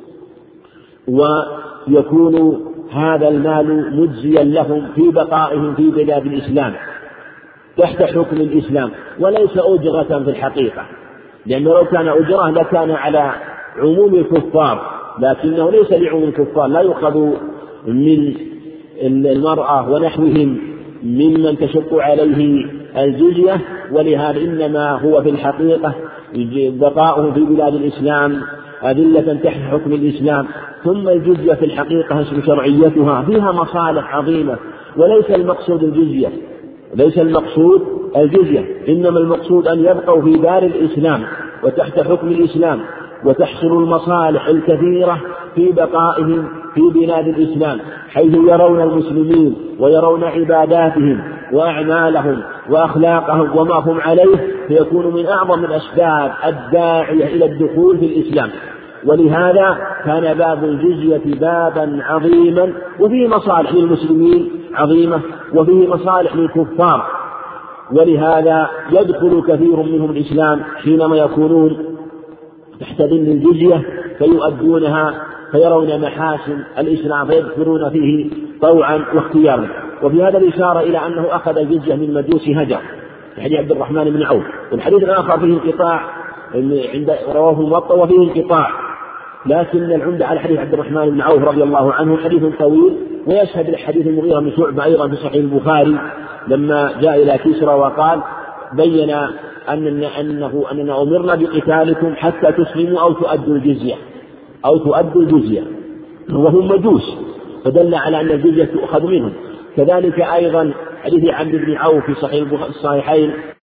ويكون هذا المال مجزيا لهم في بقائهم في بلاد الإسلام تحت حكم الإسلام، وليس أجرة في الحقيقة، لأنه لو كان أجرة لكان على عموم الكفار، لكنه ليس لعموم الكفار، لا يؤخذ من المرأة ونحوهم ممن تشق عليه الجزية، ولهذا إنما هو في الحقيقة بقاؤه في بلاد الإسلام أذلة تحت حكم الإسلام. ثم الجزية في الحقيقة اسم شرعيتها فيها مصالح عظيمة، وليس المقصود الجزية ليس المقصود الجزية إنما المقصود أن يبقوا في دار الإسلام وتحت حكم الإسلام، وتحصل المصالح الكثيرة في بقائهم في بلاد الإسلام، حيث يرون المسلمين ويرون عباداتهم وأعمالهم وأخلاقهم وما هم عليه، فيكون من أعظم الأسباب الداعية إلى الدخول في الإسلام. ولهذا كان باب الجزية بابا عظيما، وفيه مصالح للمسلمين عظيمة وفيه مصالح للكفار، ولهذا يدخل كثير منهم الإسلام حينما يكونون تحت ذل الجزية فيؤدونها فيرون محاسن الإسلام فيدخلون فيه طوعا واختيارا. وفي هذا الإشارة إلى أنه أخذ الجزية من مجوس هجر في حديث عبد الرحمن بن عوف. والحديث الآخر فيه انقطاع عند رواه الموطأ وفيه انقطاع، لكن العمدة على حديث عبد الرحمن بن عوف رضي الله عنه حديث طويل، ويشهد الحديث المغيرة بن شعبة أيضا في صحيح البخاري لما جاء إلى كسرى وقال بين أننا, أنه أننا أمرنا بقتالكم حتى تسلموا أو تؤدوا الجزية أو تؤدوا الجزية وهم مجوس، فدل على أن الجزية تؤخذ منهم. كذلك أيضا حديث عبد بن عوف في صحيح الصحيحين.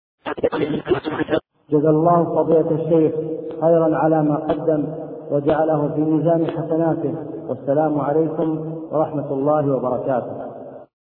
جزا الله فضيلة الشيخ خيرا على ما قدم وجعله في ميزان حسناته، والسلام عليكم ورحمة الله وبركاته.